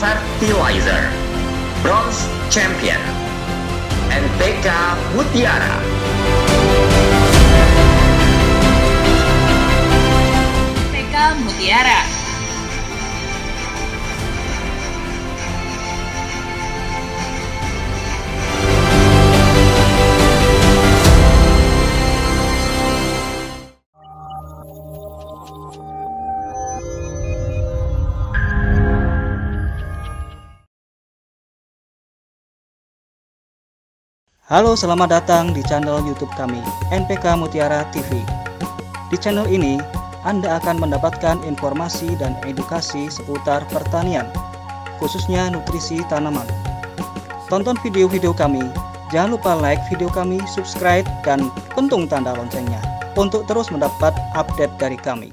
Fertilizer, Bronze Champion, NPK Mutiara. NPK Mutiara. Halo, selamat datang di channel YouTube kami, NPK Mutiara TV. Di channel ini, Anda akan mendapatkan informasi dan edukasi seputar pertanian, khususnya nutrisi tanaman. Tonton video-video kami, jangan lupa like video kami, subscribe, dan pentung tanda loncengnya untuk terus mendapat update dari kami.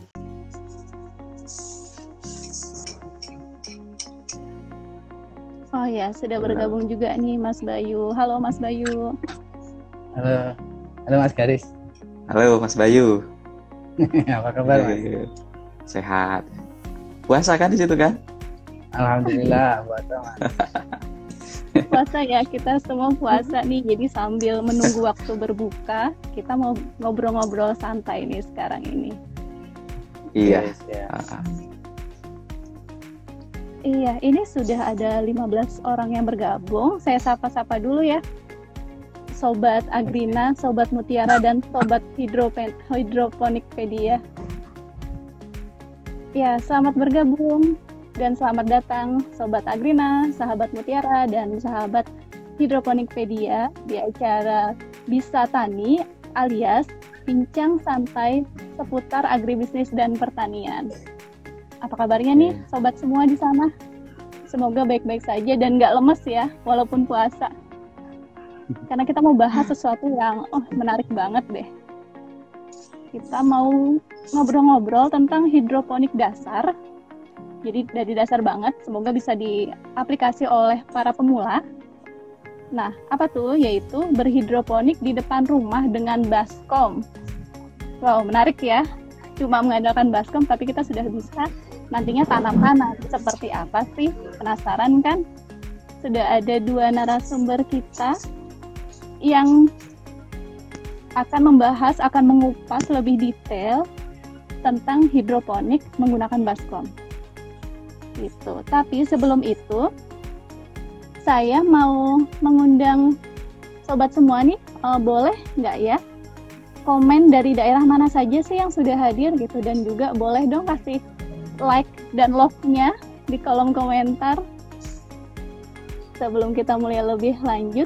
Oh ya, sudah bergabung juga nih Mas Bayu. Halo Mas Bayu. Halo Mas Garis. Halo Mas Bayu. Apa kabar Mas? Sehat. Puasa kan di situ kan? Alhamdulillah puasa Mas. Puasa ya, kita semua puasa nih. Jadi sambil menunggu waktu berbuka, kita mau ngobrol-ngobrol santai nih sekarang ini. Iya. Yes, ya. Iya, ini sudah ada 15 orang yang bergabung. Saya sapa-sapa dulu ya. Sobat Agrina, Sobat Mutiara, dan Sobat Hidroponikpedia. Ya, selamat bergabung dan selamat datang Sobat Agrina, sahabat Mutiara, dan sahabat Hidroponikpedia di acara Bisa Tani alias Bincang Santai seputar agribisnis dan pertanian. Apa kabarnya nih sobat semua di sana? Semoga baik-baik saja dan nggak lemes ya, walaupun puasa. Karena kita mau bahas sesuatu yang menarik banget deh. Kita mau ngobrol-ngobrol tentang hidroponik dasar. Jadi dari dasar banget, semoga bisa diaplikasi oleh para pemula. Nah, apa tuh? Yaitu berhidroponik di depan rumah dengan baskom. Wow, menarik ya. Cuma mengandalkan baskom, tapi kita sudah bisa nantinya tanam-tanam. Seperti apa sih? Penasaran kan? Sudah ada 2 narasumber kita yang akan membahas, akan mengupas lebih detail tentang hidroponik menggunakan baskom. Gitu. Tapi sebelum itu, saya mau mengundang sobat semua nih, boleh nggak ya? Komen dari daerah mana saja sih yang sudah hadir gitu, dan juga boleh dong kasih like dan love-nya di kolom komentar. Sebelum kita mulai lebih lanjut,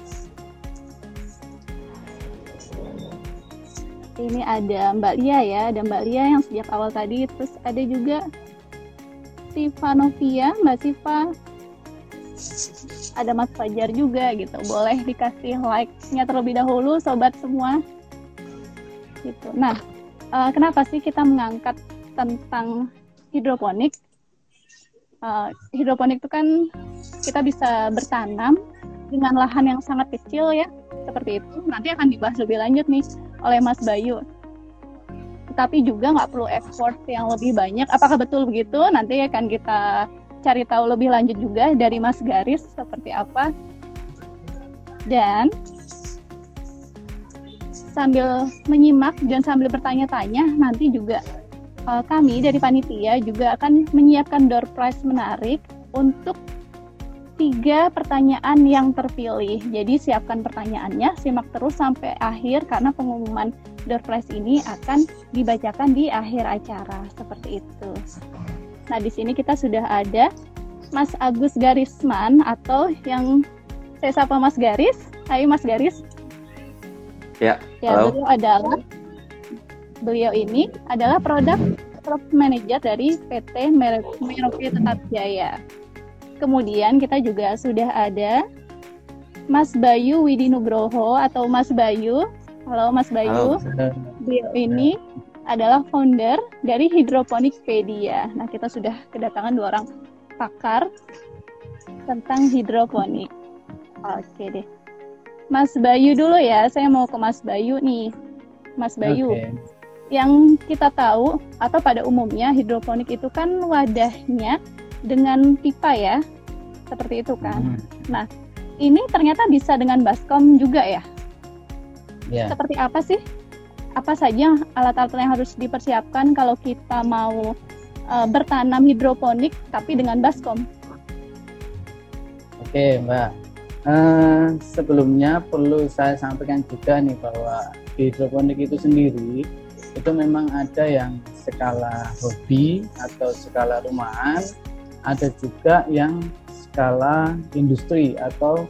ini ada Mbak Lia ya, ada Mbak Lia yang sejak awal tadi, terus ada juga Sivanovia, Mbak Siva, ada Mas Fajar juga gitu. Boleh dikasih like-nya terlebih dahulu sobat semua. Gitu. Nah, kenapa sih kita mengangkat tentang hidroponik? Hidroponik itu kan kita bisa bertanam dengan lahan yang sangat kecil ya, seperti itu. Nanti akan dibahas lebih lanjut nih oleh Mas Bayu. Tapi juga nggak perlu effort yang lebih banyak. Apakah betul begitu? Nanti akan kita cari tahu lebih lanjut juga dari Mas Garis seperti apa. Dan sambil menyimak dan sambil bertanya-tanya, nanti juga kami dari panitia juga akan menyiapkan door prize menarik untuk 3 pertanyaan yang terpilih. Jadi siapkan pertanyaannya, simak terus sampai akhir karena pengumuman door prize ini akan dibacakan di akhir acara, seperti itu. Nah, di sini kita sudah ada Mas Agus Garisman atau yang saya sapa Mas Garis. Hai Mas Garis. Ya, halo. Beliau ini adalah product manager dari PT Merauke Tetap Jaya. Kemudian kita juga sudah ada Mas Bayu Widinugroho atau Mas Bayu. Halo Mas Bayu. Halo. Beliau ini adalah founder dari Hidroponikpedia. Nah, kita sudah kedatangan 2 orang pakar tentang hidroponik. Oke deh. Mas Bayu dulu ya, saya mau ke Mas Bayu nih. Mas Bayu, yang kita tahu atau pada umumnya hidroponik itu kan wadahnya dengan pipa ya. seperti itu kan. Hmm. Nah, ini ternyata bisa dengan baskom juga ya? Ya. Seperti apa sih? Apa saja alat-alat yang harus dipersiapkan kalau kita mau bertanam hidroponik tapi dengan baskom? Oke, Mbak. Sebelumnya perlu saya sampaikan juga nih bahwa hidroponik itu sendiri itu memang ada yang skala hobi atau skala rumahan, ada juga yang skala industri atau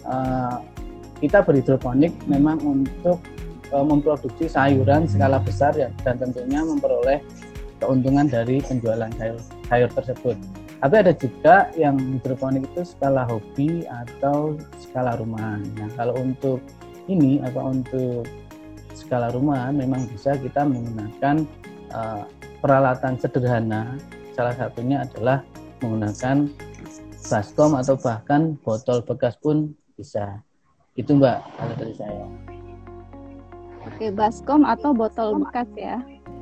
kita berhidroponik memang untuk memproduksi sayuran skala besar ya, dan tentunya memperoleh keuntungan dari penjualan sayur tersebut. Tapi ada juga yang hidroponik itu skala hobi atau skala rumahan. Nah, kalau untuk ini untuk skala rumahan memang bisa kita menggunakan peralatan sederhana. Salah satunya adalah menggunakan baskom atau bahkan botol bekas pun bisa. Itu Mbak, kalau dari saya. Oke, baskom atau botol bekas ya.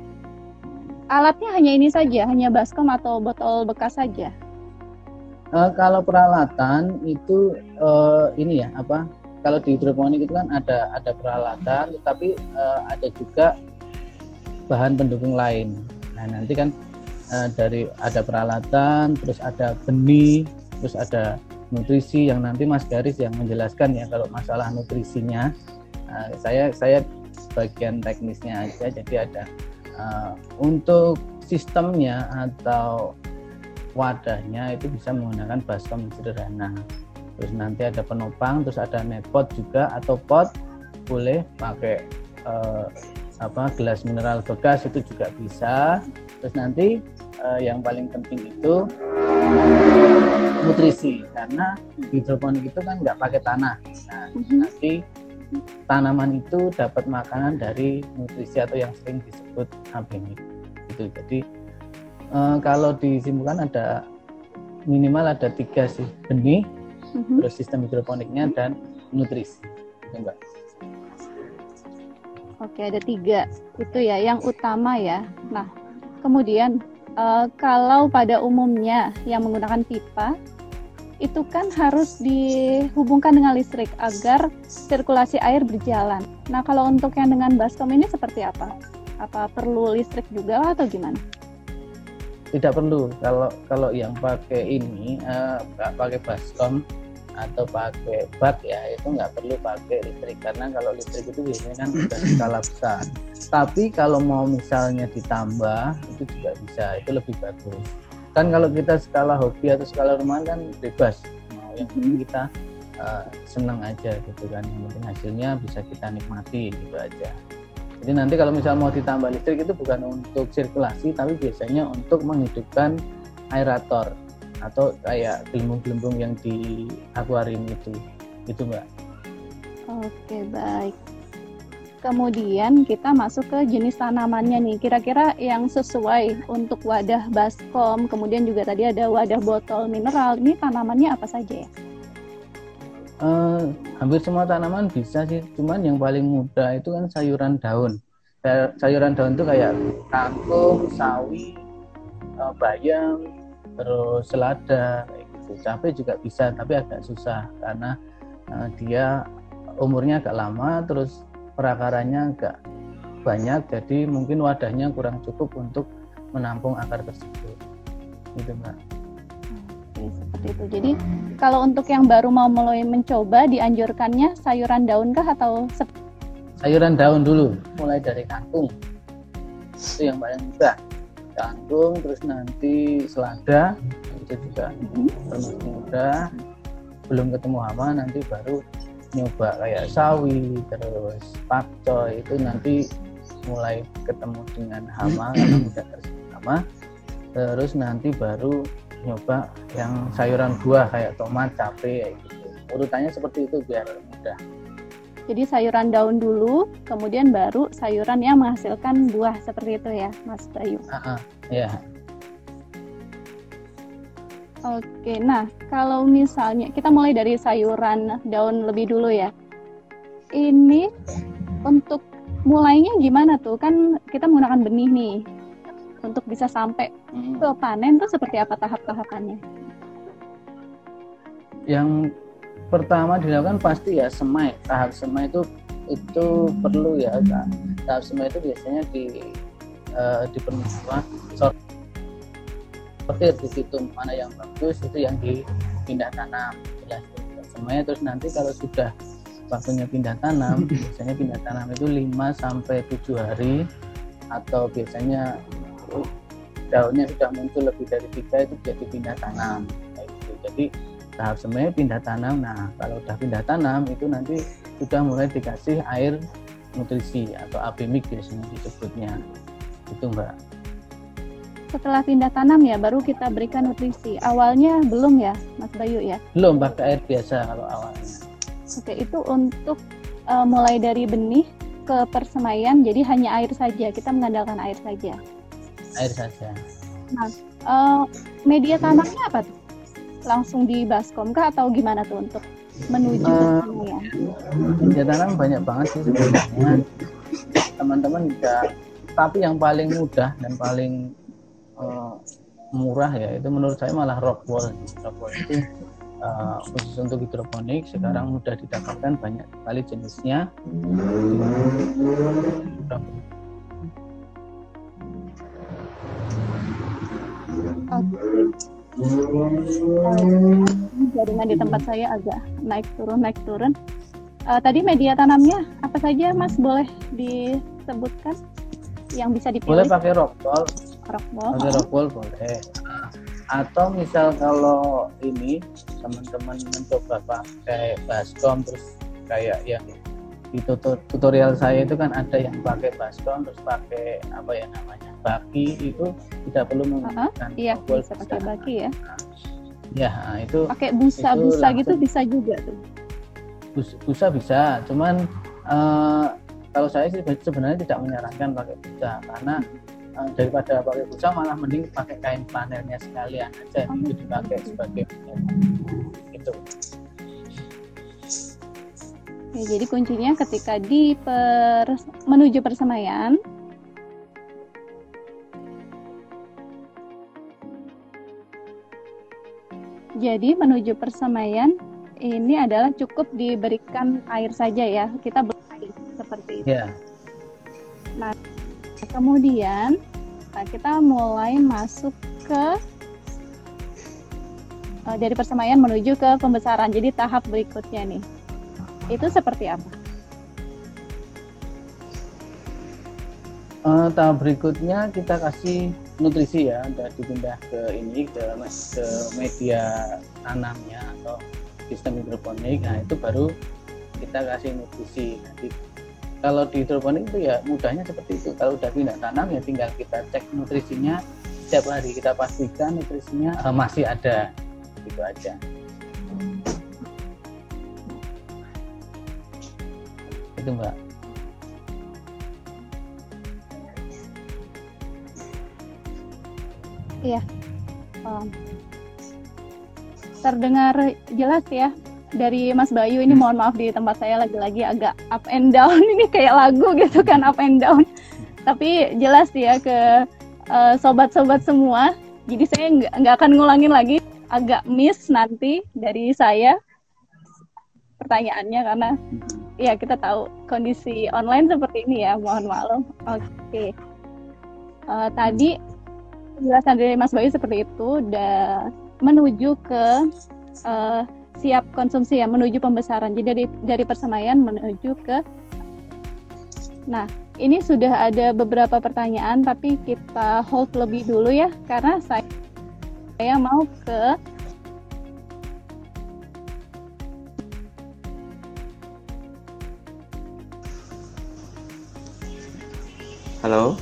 Alatnya hanya ini saja, hanya baskom atau botol bekas saja? Kalau peralatan itu ini ya kalau di hidroponik itu kan ada peralatan, tetapi ada juga bahan pendukung lain. Nah, nanti kan dari ada peralatan, terus ada benih, terus ada nutrisi yang nanti Mas Garis yang menjelaskan ya kalau masalah nutrisinya. Saya bagian teknisnya aja, jadi ada untuk sistemnya atau wadahnya itu bisa menggunakan baskom sederhana. Terus nanti ada penopang, terus ada netpot juga atau pot, boleh pakai gelas mineral bekas itu juga bisa. Terus nanti yang paling penting itu nutrisi, karena hidroponik itu kan nggak pakai tanah. Nah, nanti tanaman itu dapat makanan dari nutrisi atau yang sering disebut abenik itu. Jadi kalau disimpulkan ada minimal ada 3 sih, benih, terus sistem hidroponiknya dan nutrisi itu Mbak. Oke, ada 3 itu ya yang utama ya. Nah, kemudian kalau pada umumnya yang menggunakan pipa itu kan harus dihubungkan dengan listrik agar sirkulasi air berjalan. Nah, kalau untuk yang dengan baskom ini seperti apa? Apa perlu listrik juga atau gimana? Tidak perlu. Kalau yang pakai ini pakai baskom atau pakai bak ya, itu nggak perlu pakai listrik, karena kalau listrik itu biasanya kan sudah skala besar. Tapi kalau mau misalnya ditambah itu juga bisa, itu lebih bagus. Kan kalau kita skala hobi atau skala rumahan kan bebas, mau yang penting kita senang aja gitu kan, yang penting hasilnya bisa kita nikmati gitu aja. Jadi nanti kalau misalnya mau ditambah listrik itu bukan untuk sirkulasi, tapi biasanya untuk menghidupkan aerator atau kayak gelembung-gelembung yang di akuarium itu Mbak. Oke, baik. Kemudian kita masuk ke jenis tanamannya nih. Kira-kira yang sesuai untuk wadah baskom, kemudian juga tadi ada wadah botol mineral. Ini tanamannya apa saja ya? Hampir semua tanaman bisa sih. Cuman yang paling mudah itu kan sayuran daun. Sayuran daun itu kayak kangkung, sawi, bayam, terus selada, kayak gitu. Cabai juga bisa, tapi agak susah karena dia umurnya agak lama, terus perakarannya agak banyak, jadi mungkin wadahnya kurang cukup untuk menampung akar tersebut. Gitu Mbak. Oke, seperti itu. Jadi kalau untuk yang baru mau mulai mencoba, dianjurkannya sayuran daun kah atau sayuran daun dulu, mulai dari kangkung. Itu yang paling mudah. Kangkung, terus nanti selada, itu juga termasuk mudah. Belum ketemu hama, nanti baru nyoba kayak sawi, terus pakcoy, itu nanti mulai ketemu dengan hama karena mudah tersebut hama. Terus nanti baru nyoba yang sayuran buah kayak tomat, cabai, kayak gitu. Urutannya seperti itu biar mudah. Jadi sayuran daun dulu, kemudian baru sayuran yang menghasilkan buah, seperti itu ya, Mas Bayu? Ya. Oke, nah kalau misalnya kita mulai dari sayuran daun lebih dulu ya. Ini untuk mulainya gimana tuh? Kan kita menggunakan benih nih. Untuk bisa sampai ke panen tuh seperti apa tahap-tahapannya? Yang pertama dilakukan pasti ya semai. Tahap semai itu perlu ya. Tahap semai itu biasanya di permukaan sortir di situ mana yang bagus itu yang dipindah tanam. Jelas semai. Terus nanti kalau sudah waktunya pindah tanam, biasanya pindah tanam itu 5 sampai 7 hari, atau biasanya daunnya sudah muncul lebih dari 3 itu jadi pindah tanam kayak gitu. Jadi tahap semai pindah tanam. Nah, kalau udah pindah tanam itu nanti sudah mulai dikasih air nutrisi atau AB mix biasanya disebutnya. Itu Mbak. Setelah pindah tanam ya baru kita berikan nutrisi. Awalnya belum ya Mas Bayu ya? Belum, pakai air biasa kalau awalnya. Oke, itu untuk mulai dari benih ke persemaian, jadi hanya air saja, kita mengandalkan air saja. Air saja. Nah, media tanamnya apa tuh? Langsung di baskom kah atau gimana tuh untuk menuju persemaian? Media tanam banyak banget sih sebenarnya. Teman-teman bisa, tapi yang paling mudah dan paling murah ya itu menurut saya malah rock wool. Rock wool itu khusus untuk hidroponik sekarang mudah didapatkan, banyak sekali jenisnya. Jaringan di tempat saya agak naik turun. Tadi media tanamnya apa saja Mas, boleh disebutkan yang bisa dipilih? Boleh pakai rock wool. Pakai rock wool boleh. Atau misal kalau ini teman-teman mencoba pakai baskom, terus kayak yang di tutorial saya itu kan ada yang pakai baskom terus pakai apa ya namanya baki, itu tidak perlu menggunakan iya, bisa pakai baki ya. Ya, itu pakai busa gitu bisa juga tuh. Busa bisa, cuman kalau saya sih sebenarnya tidak menyarankan pakai busa, karena daripada pakai busa malah mending pakai kain flanelnya sekalian aja, itu dipakai sebagai itu. Oke, jadi kuncinya ketika menuju persemaian, ini adalah cukup diberikan air saja ya, kita beri seperti itu. Yeah. Nah, kemudian kita mulai masuk ke dari persemaian menuju ke pembesaran. Jadi tahap berikutnya nih, itu seperti apa? Tahap berikutnya kita kasih nutrisi ya, udah dipindah ke media tanamnya atau sistem hidroponik. Nah, itu baru kita kasih nutrisi. Nanti kalau di hidroponik itu ya mudahnya seperti itu. Kalau udah pindah tanam ya tinggal kita cek nutrisinya setiap hari, kita pastikan nutrisinya masih ada, gitu aja. Itu Mbak. Iya, terdengar jelas ya dari Mas Bayu. Ini mohon maaf di tempat saya lagi-lagi agak up and down, ini kayak lagu gitu kan, up and down. Tapi jelas ya ke sobat-sobat semua. Jadi saya nggak akan ngulangin lagi, agak miss nanti dari saya pertanyaannya karena ya kita tahu kondisi online seperti ini ya, mohon maklum. Oke. Tadi penjelasan dari Mas Bayu seperti itu, udah menuju ke siap konsumsi ya, menuju pembesaran. Jadi dari persemaian menuju ke, nah ini sudah ada beberapa pertanyaan tapi kita hold lebih dulu ya, karena saya mau ke halo.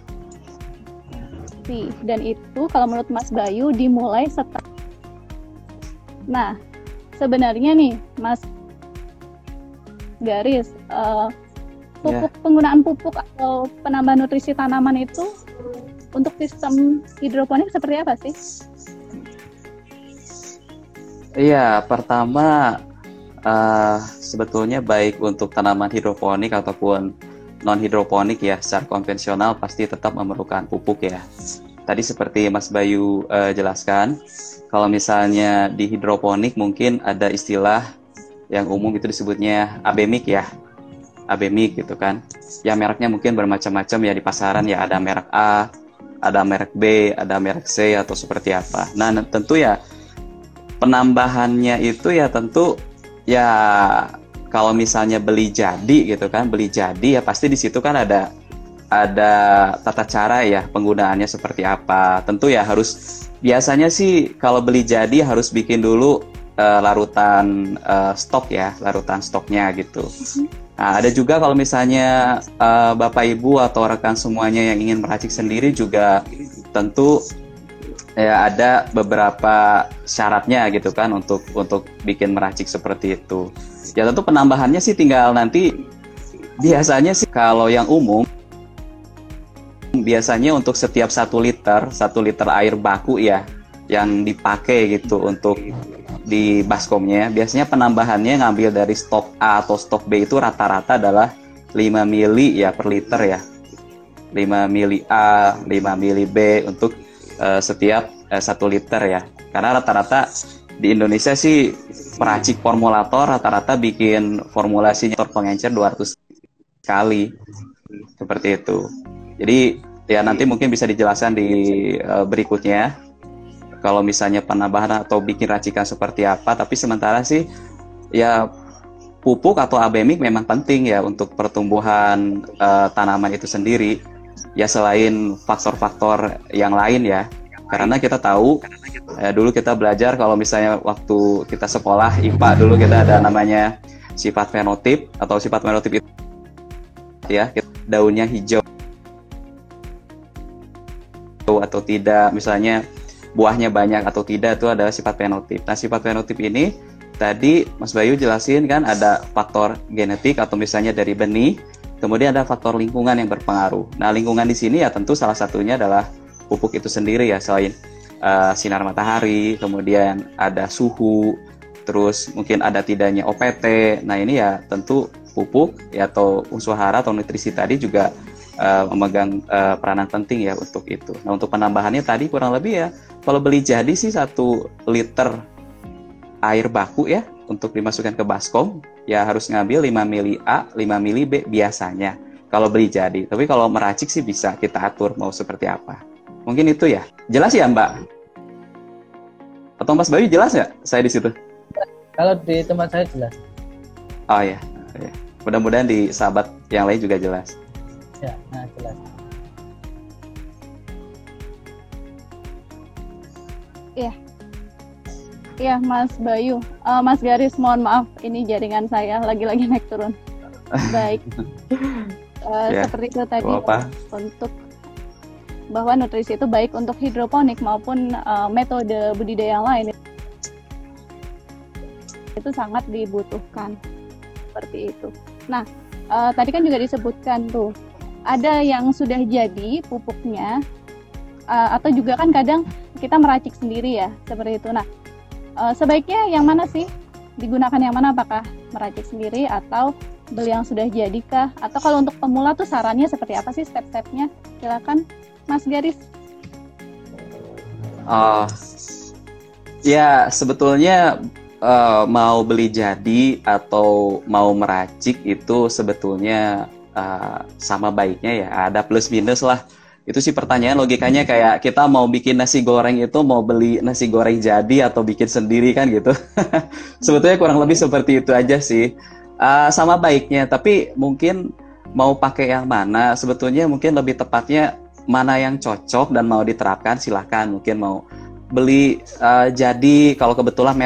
Dan itu kalau menurut Mas Bayu dimulai setelah. Nah, sebenarnya nih Mas Garis, penggunaan pupuk atau penambah nutrisi tanaman itu untuk sistem hidroponik seperti apa sih? Iya, pertama sebetulnya baik untuk tanaman hidroponik ataupun non hidroponik ya, secara konvensional pasti tetap memerlukan pupuk ya. Tadi seperti Mas Bayu jelaskan, kalau misalnya di hidroponik mungkin ada istilah yang umum itu disebutnya abemik ya. Abemik gitu kan. Ya mereknya mungkin bermacam-macam ya di pasaran ya, ada merek A, ada merek B, ada merek C atau seperti apa. Nah, tentu ya penambahannya itu ya tentu ya kalau misalnya beli jadi gitu kan, beli jadi ya pasti di situ kan ada tata cara ya penggunaannya seperti apa. Tentu ya harus biasanya sih kalau beli jadi harus bikin dulu larutan stok ya, larutan stoknya gitu. Nah, ada juga kalau misalnya Bapak Ibu atau rekan semuanya yang ingin meracik sendiri juga tentu ya ada beberapa syaratnya gitu kan untuk bikin meracik seperti itu. Ya tentu penambahannya sih tinggal nanti biasanya sih kalau yang umum biasanya untuk setiap 1 liter air baku ya yang dipakai gitu untuk di baskomnya, biasanya penambahannya ngambil dari stok A atau stok B itu rata-rata adalah 5 mili ya per liter ya. 5 mili A, 5 mili B untuk setiap 1 liter ya. Karena rata-rata di Indonesia sih peracik formulator rata-rata bikin formulasinya pengencer 200 kali. Seperti itu. Jadi ya nanti mungkin bisa dijelaskan di berikutnya. Kalau misalnya penambahan atau bikin racikan seperti apa, tapi sementara sih ya pupuk atau abemik memang penting ya untuk pertumbuhan tanaman itu sendiri. Ya selain faktor-faktor yang lain ya, karena kita tahu dulu kita belajar kalau misalnya waktu kita sekolah IPA dulu kita ada namanya sifat fenotip atau sifat fenotip itu ya daunnya hijau atau tidak, misalnya buahnya banyak atau tidak, itu adalah sifat fenotip. Nah, sifat fenotip ini tadi Mas Bayu jelasin kan ada faktor genetik atau misalnya dari benih, kemudian ada faktor lingkungan yang berpengaruh. Nah, lingkungan di sini ya tentu salah satunya adalah pupuk itu sendiri ya, selain sinar matahari, kemudian ada suhu, terus mungkin ada tidaknya OPT. Nah, ini ya tentu pupuk ya atau unsur hara atau nutrisi tadi juga memegang peranan penting ya untuk itu. Nah, untuk penambahannya tadi kurang lebih ya kalau beli jadi sih 1 liter air baku ya untuk dimasukkan ke baskom ya harus ngambil 5 mili A, 5 mili B biasanya kalau beli jadi. Tapi kalau meracik sih bisa kita atur mau seperti apa. Mungkin itu ya. Jelas ya Mbak? Atau Mas Bayu jelas nggak saya di situ? Kalau di tempat saya jelas. Oh ya. Mudah-mudahan di sahabat yang lain juga jelas. Ya, nah jelas. Iya, Mas Bayu. Mas Garis, mohon maaf, ini jaringan saya lagi-lagi naik turun. Baik. Seperti itu tadi untuk bahwa nutrisi itu baik untuk hidroponik maupun metode budidaya yang lain. Itu sangat dibutuhkan. Seperti itu. Nah, tadi kan juga disebutkan tuh, ada yang sudah jadi pupuknya, atau juga kan kadang kita meracik sendiri ya, seperti itu. Nah, sebaiknya yang mana sih? Digunakan yang mana? Apakah meracik sendiri atau beli yang sudah jadi kah? Atau kalau untuk pemula tuh sarannya seperti apa sih step-stepnya? Silakan Mas Garis. Ya sebetulnya mau beli jadi atau mau meracik itu sebetulnya sama baiknya ya, ada plus minus lah. Itu sih pertanyaan logikanya kayak kita mau bikin nasi goreng itu mau beli nasi goreng jadi atau bikin sendiri kan gitu. Sebetulnya kurang lebih seperti itu aja sih. Sama baiknya, tapi mungkin mau pakai yang mana sebetulnya mungkin lebih tepatnya mana yang cocok dan mau diterapkan silahkan. Mungkin mau beli jadi kalau kebetulan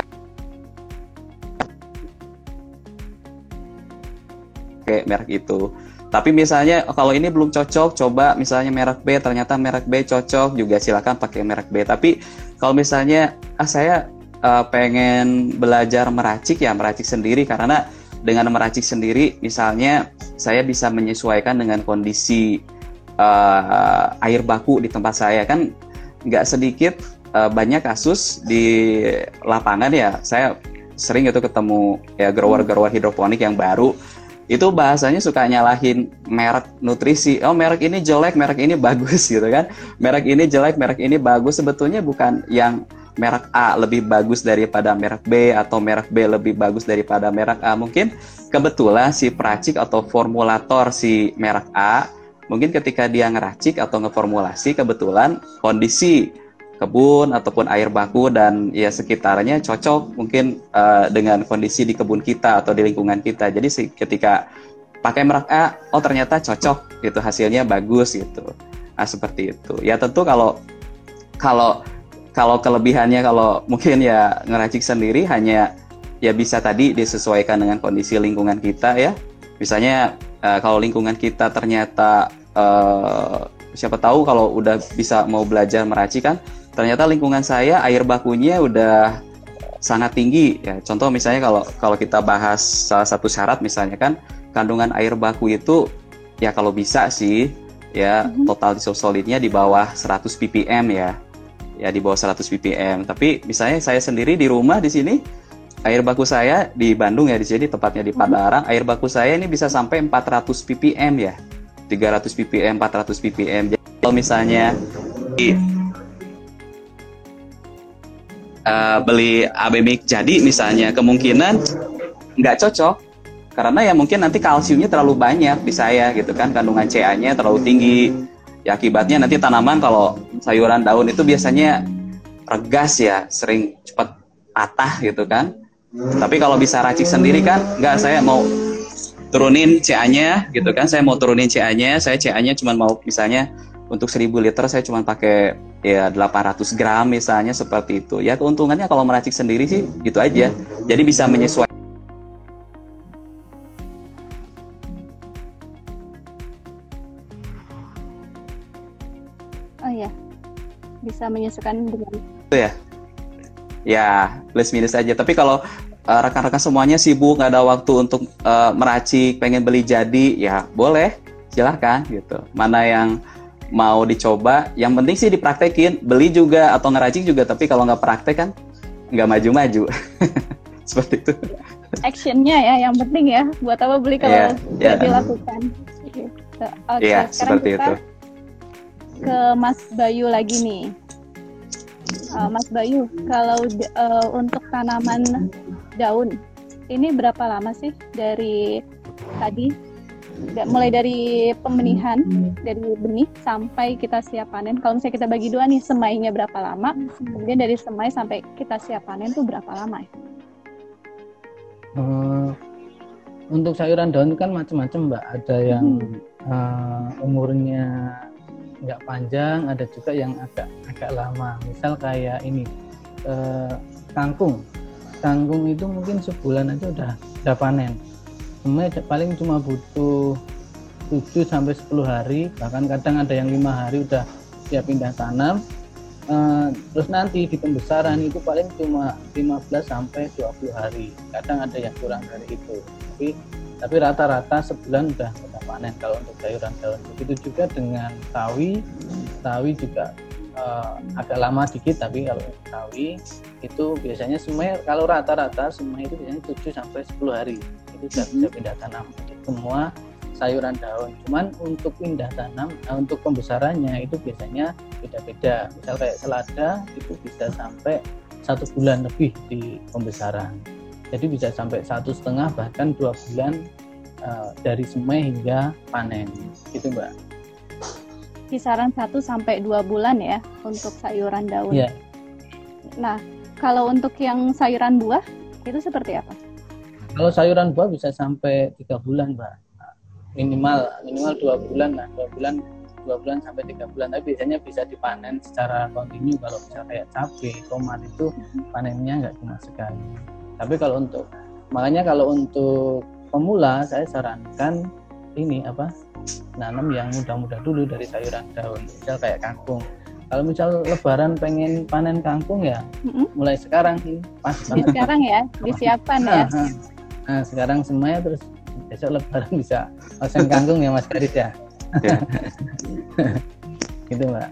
merek itu. Tapi misalnya kalau ini belum cocok, coba misalnya merek B, ternyata merek B cocok, juga silakan pakai merek B. Tapi kalau misalnya saya pengen belajar meracik ya meracik sendiri, karena dengan meracik sendiri misalnya saya bisa menyesuaikan dengan kondisi air baku di tempat saya. Kan nggak sedikit banyak kasus di lapangan ya, saya sering itu ketemu ya grower-grower hidroponik yang baru. Itu bahasanya suka nyalahin merek nutrisi. Oh, merek ini jelek, merek ini bagus gitu kan. Merek ini jelek, merek ini bagus. Sebetulnya bukan yang merek A lebih bagus daripada merek B atau merek B lebih bagus daripada merek A. Mungkin kebetulan si peracik atau formulator si merek A, mungkin ketika dia ngeracik atau ngeformulasi, kebetulan kondisi kebun ataupun air baku dan ya sekitarnya cocok mungkin dengan kondisi di kebun kita atau di lingkungan kita. Jadi ketika pakai merek A, oh ternyata cocok gitu, hasilnya bagus gitu. Nah, seperti itu. Ya tentu kalau kelebihannya, kalau mungkin ya ngeracik sendiri hanya ya bisa tadi disesuaikan dengan kondisi lingkungan kita ya. Misalnya kalau lingkungan kita ternyata siapa tahu kalau udah bisa mau belajar meracik kan, ternyata lingkungan saya air bakunya udah sangat tinggi ya. Contoh misalnya kalau kita bahas salah satu syarat misalnya kan, kandungan air baku itu ya kalau bisa sih ya total dissolved solidnya di bawah 100 ppm ya di bawah 100 ppm. Tapi misalnya saya sendiri di rumah di sini, air baku saya di Bandung ya, di sini tepatnya di Padalarang, air baku saya ini bisa sampai 400 ppm ya, 300 ppm, 400 ppm. Jadi kalau misalnya beli AB mix jadi misalnya, kemungkinan nggak cocok karena ya mungkin nanti kalsiumnya terlalu banyak di saya gitu kan, kandungan CA-nya terlalu tinggi ya, akibatnya nanti tanaman kalau sayuran daun itu biasanya regas ya, sering cepat patah gitu kan. Tapi kalau bisa racik sendiri kan, nggak, saya mau turunin CA-nya gitu kan, saya mau turunin CA-nya, saya CA-nya cuma mau misalnya untuk 1000 liter saya cuma pakai ya 800 gram misalnya, seperti itu. Ya keuntungannya kalau meracik sendiri sih gitu aja. Jadi bisa menyesuaikan. Oh ya, bisa menyesuaikan dengan Itu ya. Ya, plus minus aja. Tapi kalau rekan-rekan semuanya sibuk, nggak ada waktu untuk meracik, pengen beli jadi, ya boleh, silahkan gitu. Mana yang mau dicoba, yang penting sih dipraktekin, beli juga atau ngeracik juga, tapi kalau nggak praktek kan nggak maju-maju. Seperti itu. actionnya ya, yang penting ya, buat apa beli kalau tidak dilakukan. Oke, Iya, sekarang seperti kita itu. ke Mas Bayu lagi nih. Mas Bayu, kalau untuk tanaman daun, ini berapa lama sih dari tadi? Mulai dari pembenihan, dari benih sampai kita siap panen. Kalau misalnya kita bagi dua nih, semainya berapa lama? Kemudian dari semai sampai kita siap panen tuh berapa lama ya? Untuk sayuran daun kan macam-macam Mbak. Ada yang umurnya nggak panjang, ada juga yang agak lama. Misal kayak ini kangkung itu mungkin sebulan aja udah panen. Semuanya paling cuma butuh 7-10 hari, bahkan kadang ada yang 5 hari udah siap pindah tanam. Terus nanti di pembesaran itu paling cuma 15-20 hari, kadang ada yang kurang dari itu, tapi rata-rata sebulan udah panen kalau untuk sayuran daun. Begitu juga dengan sawi juga agak lama dikit, tapi kalau sawi itu biasanya semuanya, kalau rata-rata semua itu biasanya 7-10 hari itu sudah bisa pindah tanam semua sayuran daun. Cuman untuk pindah tanam, untuk pembesarannya itu biasanya beda-beda. Misal kayak selada itu bisa sampai 1 bulan lebih di pembesaran, jadi bisa sampai 1,5 bahkan 2 bulan dari semai hingga panen gitu Mbak. Kisaran 1-2 bulan ya untuk sayuran daun. Yeah. Nah, kalau untuk yang sayuran buah itu seperti apa? Kalau sayuran buah bisa sampai 3 bulan Mbak, minimal 2 bulan lah, 2 bulan sampai 3 bulan. Tapi biasanya bisa dipanen secara kontinu. Kalau misalnya kayak cabai, tomat itu panennya nggak cuma sekali. Tapi makanya kalau untuk pemula saya sarankan ini nanam yang muda-muda dulu dari sayuran daun. Misal kayak kangkung. Kalau misal lebaran pengen panen kangkung ya mulai sekarang sih pas banget. Sekarang ya disiapkan ya. Nah, sekarang semuanya, terus besok lebaran bisa pasang kangkung ya Mas Karis ya. Ya. Gitu Mbak.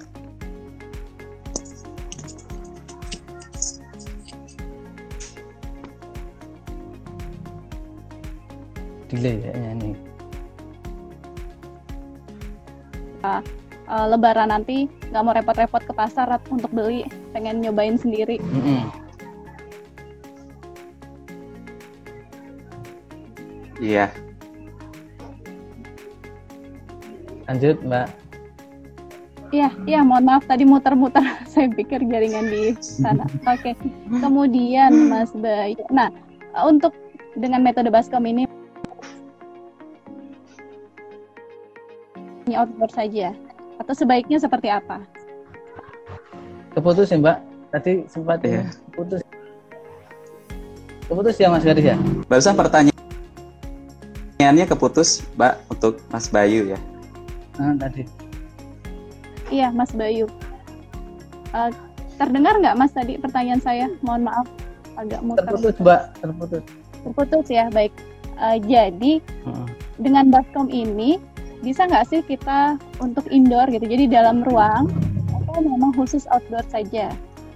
Delay kayaknya nih. Lebaran nanti nggak mau repot-repot ke pasar untuk beli, pengen nyobain sendiri. Iya. Lanjut Mbak. Iya, mohon maaf tadi muter-muter. Saya pikir jaringan di sana. Oke. Kemudian Mas Bayu. Nah, untuk dengan metode baskom ini outdoor saja atau sebaiknya seperti apa? Keputus ya Mbak. Tadi sempat putus. Keputus ya Mas Garis ya? Barusan pertanyaannya keputus, Mbak, untuk Mas Bayu ya. Tadi. Iya, Mas Bayu. Terdengar nggak Mas tadi pertanyaan saya? Mohon maaf, agak muter. Terputus Mbak, terputus. Terputus ya, baik. Jadi dengan baskom ini bisa nggak sih kita untuk indoor gitu? Jadi dalam ruang atau memang khusus outdoor saja?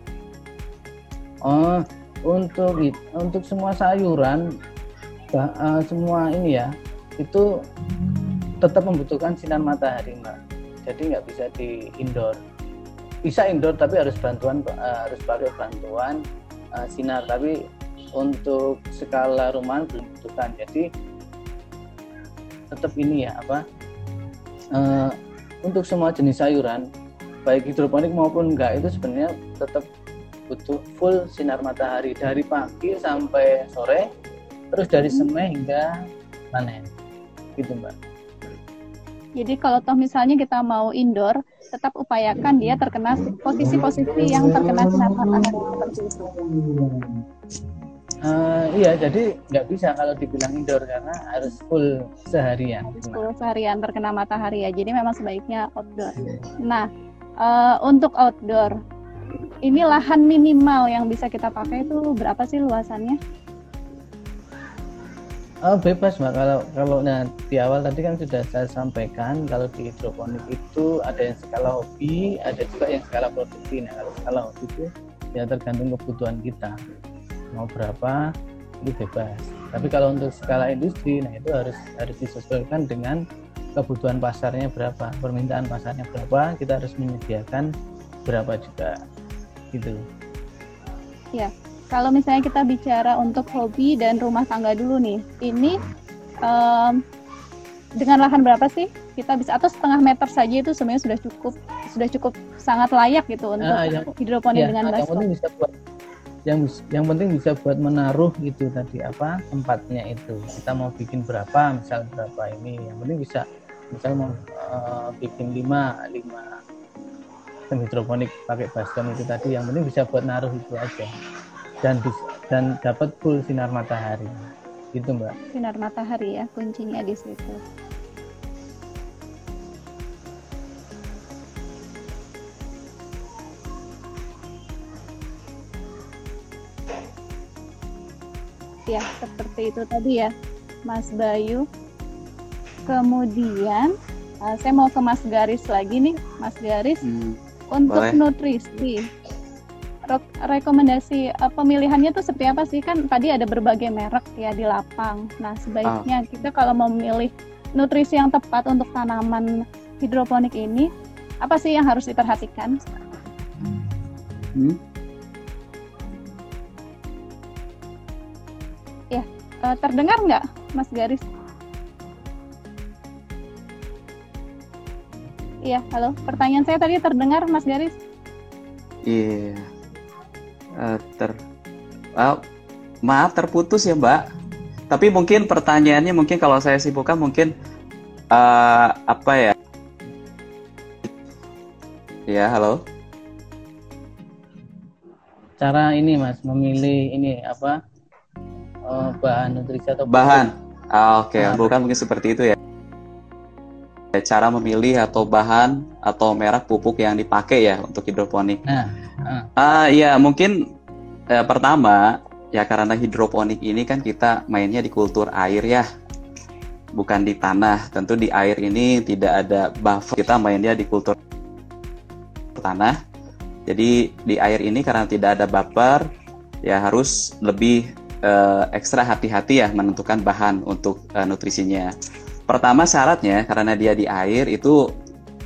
Oh, untuk semua sayuran, semua ini ya, itu tetap membutuhkan sinar matahari Mbak. Jadi nggak bisa di indoor. Bisa indoor tapi harus pakai bantuan sinar. Tapi untuk skala rumahan belum dibutuhkan. Jadi tetap ini ya untuk semua jenis sayuran, baik hidroponik maupun enggak, itu sebenarnya tetap butuh full sinar matahari dari pagi sampai sore, terus dari semai hingga panen, gitu Mbak. Jadi kalau toh misalnya kita mau indoor, tetap upayakan dia terkena posisi-posisi yang terkena sinar matahari seperti itu. Iya, jadi nggak bisa kalau dibilang indoor karena harus full seharian. Full seharian terkena matahari ya. Jadi memang sebaiknya outdoor. Nah, untuk outdoor, ini lahan minimal yang bisa kita pakai itu berapa sih luasannya? Bebas Mbak, kalau di awal tadi kan sudah saya sampaikan kalau di hidroponik itu ada yang skala hobi, ada juga yang skala produksi. Nah kalau skala hobi itu ya tergantung kebutuhan kita mau berapa, itu bebas. Tapi kalau untuk skala industri, nah itu harus disesuaikan dengan kebutuhan pasarnya berapa, permintaan pasarnya berapa, kita harus menyediakan berapa juga gitu. Ya. Kalau misalnya kita bicara untuk hobi dan rumah tangga dulu nih, ini dengan lahan berapa sih kita bisa, atau setengah meter saja itu sebenarnya sudah cukup sangat layak gitu untuk hidroponik dengan baskom. Yang penting bisa buat menaruh itu tadi tempatnya itu. Kita mau bikin berapa, misal berapa ini, yang penting bisa misal mau bikin 5 hidroponik pakai baskom itu tadi, yang penting bisa buat naruh itu aja. Dan dapat full sinar matahari, gitu Mbak. Sinar matahari ya kuncinya di situ. Ya seperti itu tadi ya, Mas Bayu. Kemudian saya mau ke Mas Garis lagi nih, Mas Garis. Untuk boleh. Nutrisi. Rekomendasi pemilihannya tuh seperti apa sih? Kan tadi ada berbagai merek ya di lapang. Nah sebaiknya kita kalau mau memilih nutrisi yang tepat untuk tanaman hidroponik ini, apa sih yang harus diperhatikan? Ya, terdengar nggak Mas Garis? Iya, halo. Pertanyaan saya tadi terdengar Mas Garis? Iya. Maaf terputus ya Mbak. Tapi mungkin pertanyaannya kalau saya simpulkan mungkin apa ya? Ya halo. Cara ini Mas memilih ini bahan nutrisi atau bahan. Oke. Bukan mungkin seperti itu ya. Cara memilih atau bahan atau merek pupuk yang dipakai ya untuk hidroponik. Ya mungkin pertama ya karena hidroponik ini kan kita mainnya di kultur air ya, bukan di tanah. Tentu di air ini tidak ada buffer, kita mainnya di kultur tanah. Jadi di air ini karena tidak ada buffer ya harus lebih ekstra hati-hati ya menentukan bahan untuk nutrisinya. Pertama syaratnya karena dia di air itu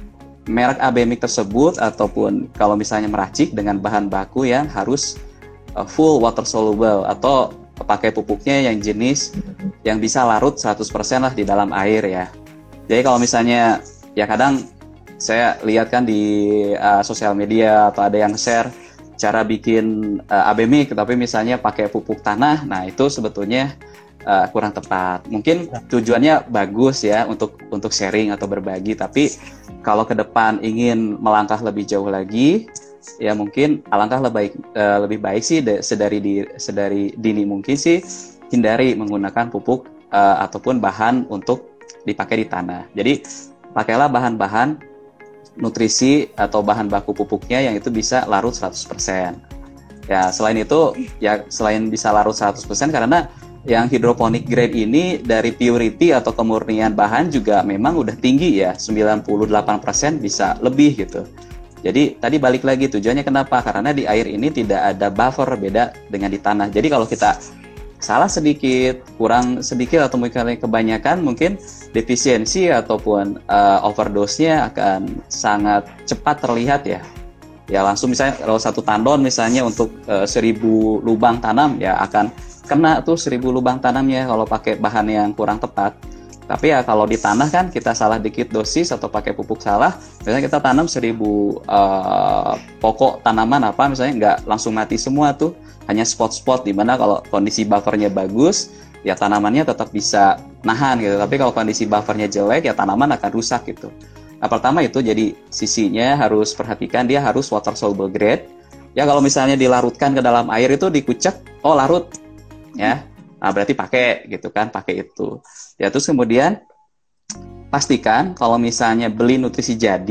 merek abemik tersebut ataupun kalau misalnya meracik dengan bahan baku yang harus full water soluble atau pakai pupuknya yang jenis yang bisa larut 100% lah di dalam air ya. Jadi kalau misalnya ya kadang saya lihat kan di sosial media atau ada yang share cara bikin abemik tapi misalnya pakai pupuk tanah, nah itu sebetulnya kurang tepat. Mungkin tujuannya bagus ya untuk sharing atau berbagi, tapi kalau ke depan ingin melangkah lebih jauh lagi, ya mungkin alangkah lebih baik sih sedari dini mungkin sih hindari menggunakan pupuk ataupun bahan untuk dipakai di tanah. Jadi pakailah bahan-bahan nutrisi atau bahan baku pupuknya yang itu bisa larut 100%. Ya selain itu, ya selain bisa larut 100% karena yang hidroponik grade ini dari purity atau kemurnian bahan juga memang udah tinggi ya, 98% bisa lebih gitu. Jadi tadi balik lagi tujuannya kenapa? Karena di air ini tidak ada buffer, beda dengan di tanah. Jadi kalau kita salah sedikit, kurang sedikit atau mungkin kebanyakan, mungkin defisiensi ataupun overdose-nya akan sangat cepat terlihat ya. Ya langsung misalnya kalau 1 tandon misalnya untuk 1000 lubang tanam ya akan kena tuh 1000 lubang tanamnya kalau pakai bahan yang kurang tepat. Tapi ya kalau di tanah kan kita salah dikit dosis atau pakai pupuk salah, misalnya kita tanam 1000 pokok tanaman apa misalnya nggak langsung mati semua tuh, hanya spot-spot di mana kalau kondisi buffernya bagus ya tanamannya tetap bisa nahan gitu. Tapi kalau kondisi buffernya jelek ya tanaman akan rusak gitu. Nah pertama itu jadi sisinya harus perhatikan dia harus water soluble grade. Ya kalau misalnya dilarutkan ke dalam air itu dikucek, oh larut ya, nah berarti pakai gitu kan, pakai itu ya. Terus kemudian pastikan kalau misalnya beli nutrisi jadi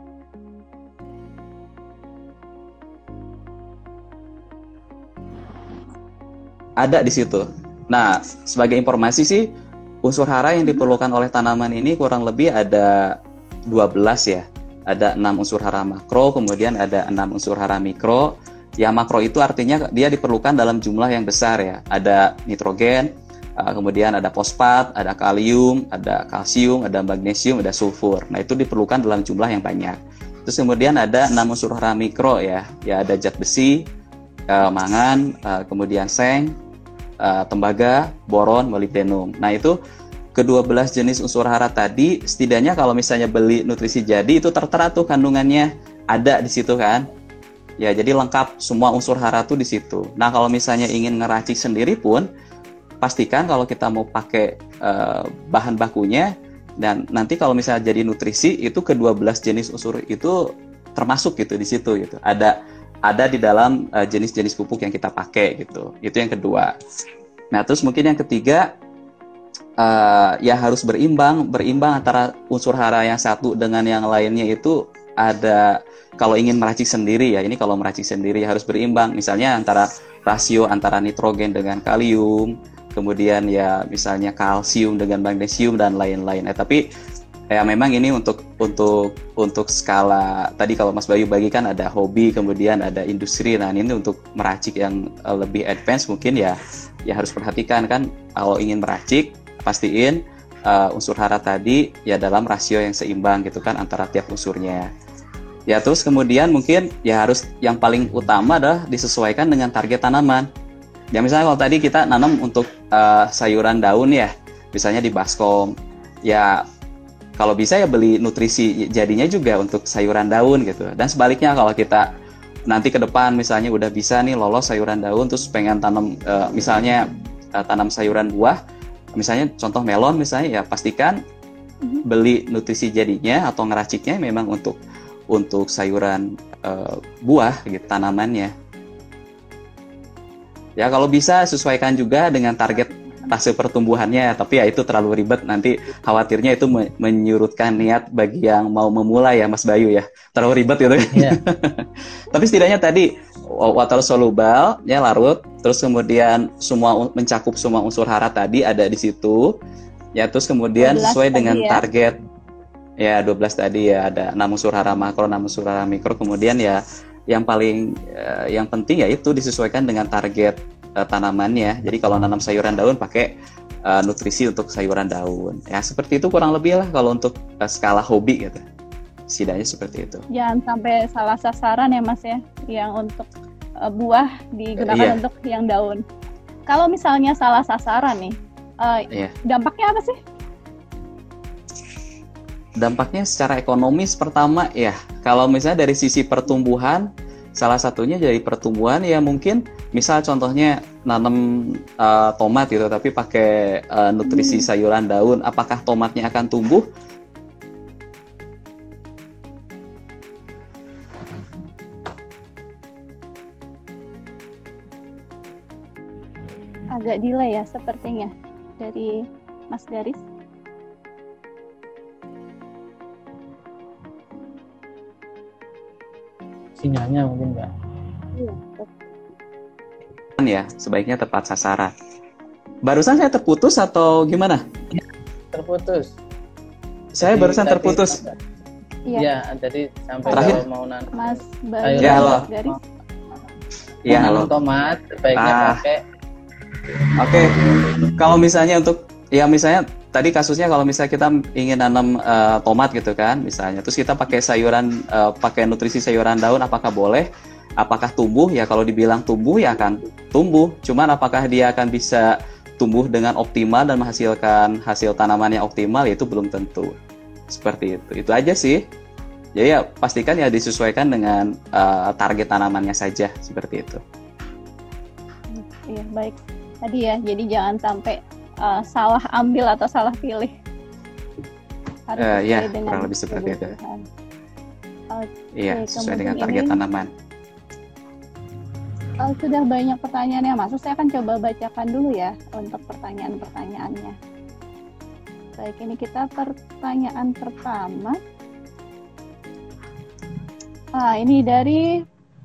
ada di situ. Nah sebagai informasi sih unsur hara yang diperlukan oleh tanaman ini kurang lebih ada 12 ya. Ada 6 unsur hara makro, kemudian ada 6 unsur hara mikro. Ya makro itu artinya dia diperlukan dalam jumlah yang besar ya. Ada nitrogen, kemudian ada fosfat, ada kalium, ada kalsium, ada magnesium, ada sulfur. Nah itu diperlukan dalam jumlah yang banyak. Terus kemudian ada 6 unsur hara mikro ya. Ya ada zat besi, mangan, kemudian seng, tembaga, boron, molibdenum. Nah itu ke-12 jenis unsur hara tadi setidaknya kalau misalnya beli nutrisi jadi itu tertera tuh kandungannya ada di situ kan. Ya, jadi lengkap semua unsur hara tuh di situ. Nah, kalau misalnya ingin ngeracik sendiri pun, pastikan kalau kita mau pakai bahan bakunya, dan nanti kalau misalnya jadi nutrisi, itu ke-12 jenis unsur itu termasuk gitu di situ gitu. Ada di dalam jenis-jenis pupuk yang kita pakai gitu. Itu yang kedua. Nah, terus mungkin yang ketiga, ya harus berimbang antara unsur hara yang satu dengan yang lainnya itu ada. Kalau ingin meracik sendiri ya, ini kalau meracik sendiri harus berimbang. Misalnya rasio antara nitrogen dengan kalium, kemudian ya misalnya kalsium dengan magnesium dan lain-lain. Tapi ya memang ini untuk skala tadi kalau Mas Bayu bagikan ada hobi, kemudian ada industri. Nah ini untuk meracik yang lebih advance mungkin ya harus perhatikan kan kalau ingin meracik pastiin unsur hara tadi ya dalam rasio yang seimbang gitu kan antara tiap unsurnya. Ya terus kemudian mungkin ya harus yang paling utama adalah disesuaikan dengan target tanaman. Ya misalnya kalau tadi kita nanam untuk sayuran daun ya, misalnya di baskom. Ya kalau bisa ya beli nutrisi jadinya juga untuk sayuran daun gitu. Dan sebaliknya kalau kita nanti ke depan misalnya udah bisa nih lolos sayuran daun terus pengen tanam misalnya tanam sayuran buah, misalnya contoh melon misalnya ya pastikan beli nutrisi jadinya atau ngeraciknya memang untuk sayuran buah gitu tanamannya. Ya kalau bisa sesuaikan juga dengan target fase pertumbuhannya, tapi ya itu terlalu ribet nanti khawatirnya itu menyurutkan niat bagi yang mau memulai ya Mas Bayu ya. Terlalu ribet gitu. Yeah. Tapi setidaknya tadi water soluble ya larut, terus kemudian mencakup semua unsur hara tadi ada di situ. Ya terus kemudian sesuai dengan target. Ya 12 tadi ya ada 6 unsur hara makro, 6 unsur hara mikro, kemudian ya yang paling yang penting ya itu disesuaikan dengan target tanamannya. Jadi kalau nanam sayuran daun pakai nutrisi untuk sayuran daun. Ya seperti itu kurang lebih lah kalau untuk skala hobi gitu. setidaknya seperti itu. Jangan sampai salah sasaran ya Mas ya, yang untuk buah digunakan untuk yang daun. Kalau misalnya salah sasaran nih, dampaknya apa sih? Dampaknya secara ekonomis pertama ya, kalau misalnya dari sisi pertumbuhan, salah satunya dari pertumbuhan ya mungkin misal contohnya nanam tomat gitu, tapi pakai nutrisi sayuran daun, apakah tomatnya akan tumbuh? Agak delay ya sepertinya dari Mas Garis. Sinyalnya mungkin Mbak. Iya. Ya, sebaiknya tepat sasaran. Barusan saya terputus atau gimana? Terputus. Saya barusan terputus. Iya. Jadi sampai Terakhir. kalau mau nanam Mas Bayu, Ya, halo. Mas Garis. Ya, halo. tomat sebaiknya pakai. Oke. Kalau misalnya misalnya tadi kasusnya kalau misalnya kita ingin nanam tomat gitu kan, misalnya, terus kita pakai sayuran, pakai nutrisi sayuran daun, apakah boleh? Apakah tumbuh? Ya kalau dibilang tumbuh ya akan tumbuh. Cuman apakah dia akan bisa tumbuh dengan optimal dan menghasilkan hasil tanaman yang optimal, itu belum tentu. Seperti itu. Itu aja sih. Jadi ya pastikan ya disesuaikan dengan target tanamannya saja, seperti itu. Iya, baik. Tadi ya, jadi jangan sampai salah ambil atau salah pilih. Harus Ya, sesuai dengan kurang lebih seperti itu. kebutuhan. Iya, sesuai dengan kemudian target ini, tanaman. Sudah banyak pertanyaan yang masuk, saya akan coba bacakan dulu ya untuk pertanyaan-pertanyaannya. Baik, ini kita pertanyaan pertama. Ini dari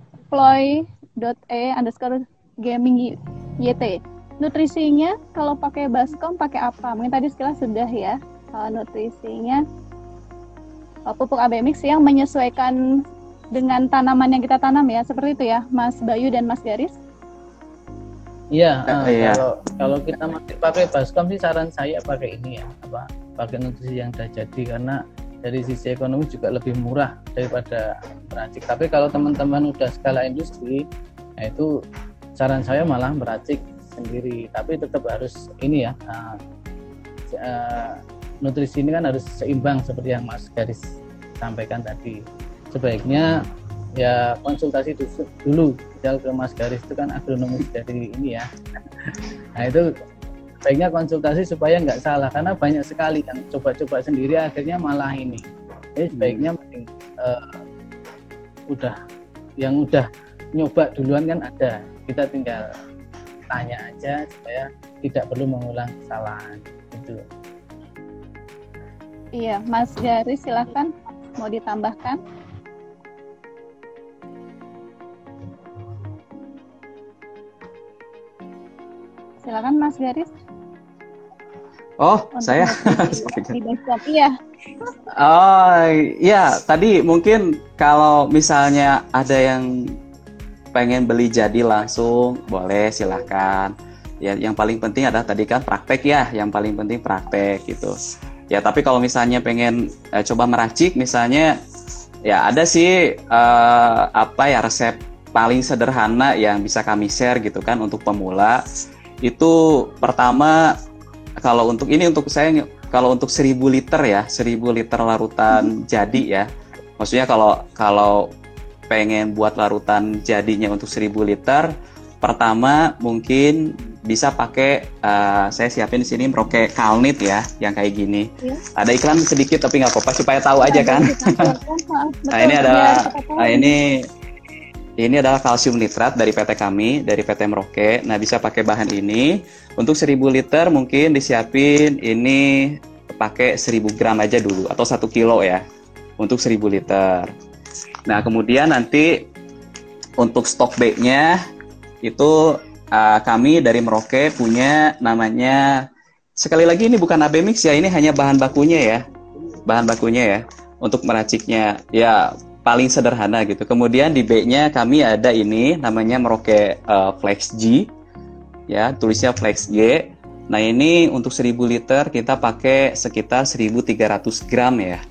ploy.e_gaming_yt. Nutrisinya kalau pakai baskom pakai apa? Mungkin tadi sekilas sudah ya. Nutrisinya pupuk AB mix yang menyesuaikan dengan tanaman yang kita tanam ya, seperti itu ya, Mas Bayu dan Mas Garis. Iya, Iya. kalau kita masih pakai baskom sih saran saya pakai ini ya, pakai nutrisi yang sudah jadi, karena dari sisi ekonomi juga lebih murah daripada meracik. Tapi kalau teman-teman udah skala industri, nah itu saran saya malah meracik sendiri. Tapi tetap harus ini ya, nutrisi ini kan harus seimbang seperti yang Mas Garis sampaikan tadi. Sebaiknya ya konsultasi dulu, misal ke Mas Garis itu kan agronomis dari ini ya. Nah itu baiknya konsultasi supaya nggak salah, karena banyak sekali yang coba-coba sendiri akhirnya malah ini. Jadi sebaiknya udah nyoba duluan kan ada, kita tinggal tanya aja supaya tidak perlu mengulang kesalahan itu. Iya, Mas Garis silakan mau ditambahkan. Silakan Mas Garis. Oh, Untuk saya. di baskom. Iya. Oh, ya, tadi mungkin kalau misalnya ada yang pengen beli jadi langsung, boleh silahkan. Ya, yang paling penting adalah tadi kan praktek ya, yang paling penting praktek gitu. Ya, tapi kalau misalnya pengen coba meracik, misalnya ya ada sih resep paling sederhana yang bisa kami share gitu kan untuk pemula. Itu pertama, kalau untuk 1000 liter ya, 1000 liter larutan jadi ya. Maksudnya kalau pengen buat larutan jadinya untuk 1000 liter, pertama mungkin bisa pakai saya siapin di sini Merauke Kalnit ya, yang kayak gini. Ya. Ada iklan sedikit tapi nggak apa-apa supaya tahu aja kan. Nah, ini adalah kalsium nitrat dari PT kami, dari PT Merauke. Nah, bisa pakai bahan ini. Untuk 1000 liter mungkin disiapin ini pakai 1000 gram aja dulu, atau 1 kilo ya, untuk 1000 liter. Nah, kemudian nanti untuk stok B-nya, itu kami dari Merauke punya namanya, sekali lagi ini bukan AB mix ya, ini hanya bahan bakunya ya. Bahan bakunya ya, untuk meraciknya. Ya, paling sederhana gitu. Kemudian di B-nya kami ada ini namanya Merauke Flex G, ya tulisnya Flex G. Nah ini untuk 1000 liter kita pakai sekitar 1300 gram ya.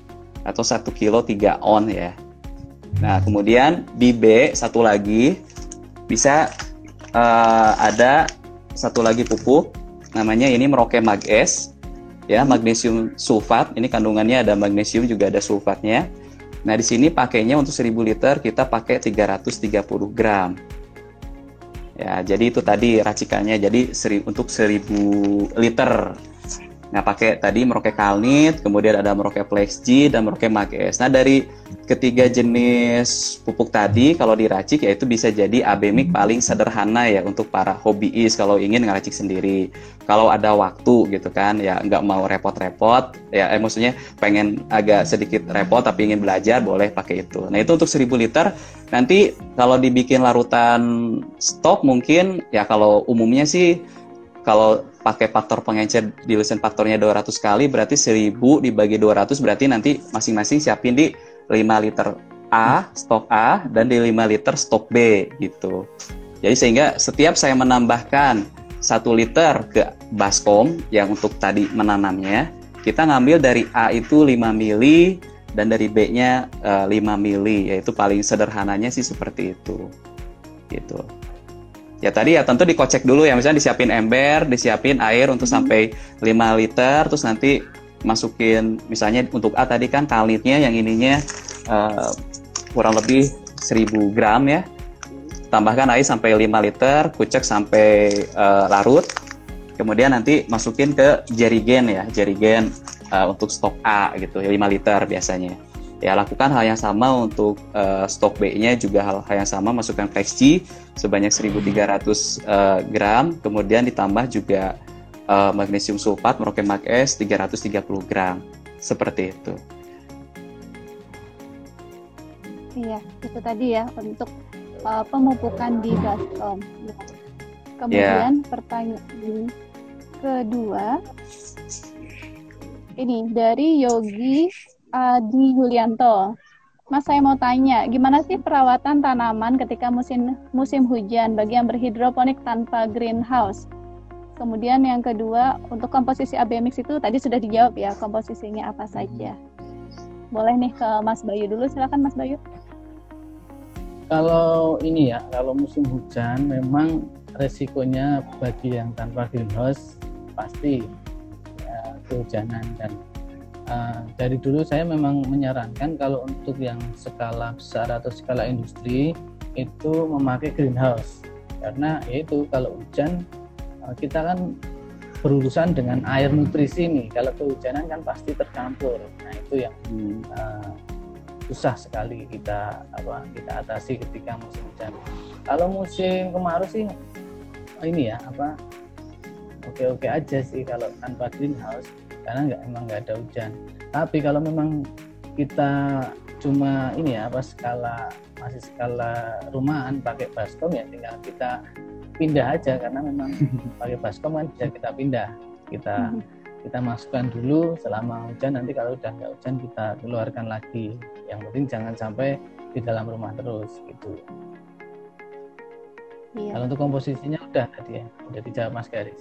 atau 1 kilo 3 on ya. Nah, kemudian di B satu lagi bisa ada satu lagi pupuk, namanya ini Merauke Mag S, ya, magnesium sulfat. Ini kandungannya ada magnesium juga ada sulfatnya. Nah, di sini pakainya untuk 1000 liter kita pakai 330 gram. Ya, jadi itu tadi racikannya. Jadi untuk 1000 liter. Nah, pakai tadi Merauke Kalnit, kemudian ada Merauke Flex G dan Merauke Mag S. Nah, dari ketiga jenis pupuk tadi kalau diracik ya itu bisa jadi AB mix paling sederhana ya untuk para hobiis kalau ingin ngeracik sendiri. Kalau ada waktu gitu kan, ya nggak mau repot-repot, ya maksudnya pengen agak sedikit repot tapi ingin belajar, boleh pakai itu. Nah, itu untuk 1000 liter. Nanti kalau dibikin larutan stok mungkin ya kalau umumnya sih kalau pakai faktor pengencer di listen faktornya 200 kali berarti 1000 dibagi 200 berarti nanti masing-masing siapin di 5 liter A, stok A, dan di 5 liter stok B gitu. Jadi sehingga setiap saya menambahkan 1 liter ke baskom yang untuk tadi menanamnya, kita ngambil dari A itu 5 mili dan dari B-nya 5 mili, yaitu paling sederhananya sih seperti itu. Gitu. Ya tadi ya tentu dikocek dulu ya, misalnya disiapin ember, disiapin air untuk sampai 5 liter, terus nanti masukin misalnya untuk A tadi kan kalnitnya yang ininya kurang lebih 1000 gram ya. Tambahkan air sampai 5 liter, kucek sampai larut. Kemudian nanti masukin ke jerigen ya, jerigen untuk stok A gitu, 5 liter biasanya. Ya, lakukan hal yang sama untuk stok B-nya juga hal yang sama, masukkan Flex G sebanyak 1300 gram, kemudian ditambah juga magnesium sulfat Merauke Mag S 330 gram. Seperti itu. Iya, itu tadi ya untuk pemupukan di baskom. Kemudian pertanyaan kedua, ini dari Yogi Adi Yulianto. Mas, saya mau tanya, gimana sih perawatan tanaman ketika musim hujan bagi yang berhidroponik tanpa greenhouse? Kemudian yang kedua, untuk komposisi AB mix itu tadi sudah dijawab ya, komposisinya apa saja. Boleh nih ke Mas Bayu dulu, silakan Mas Bayu. Kalau ini ya, kalau musim hujan memang resikonya bagi yang tanpa greenhouse pasti ya, kehujanan. Dan dari dulu saya memang menyarankan kalau untuk yang skala besar atau skala industri itu memakai greenhouse, karena yaitu kalau hujan kita kan berurusan dengan air nutrisi nih, kalau kehujanan kan pasti tercampur. Nah itu yang susah sekali kita atasi ketika musim hujan. Kalau musim kemarau sih ini ya oke aja sih kalau tanpa greenhouse, karena emang nggak ada hujan. Tapi kalau memang kita cuma ini ya masih skala rumahan pakai baskom ya tinggal kita pindah aja, karena memang pakai baskom kan bisa kita pindah, kita masukkan dulu selama hujan, nanti kalau udah nggak hujan kita keluarkan lagi. Yang penting jangan sampai di dalam rumah terus gitu. Iya. Kalau untuk komposisinya udah tadi ya, udah dijawab Mas Garis.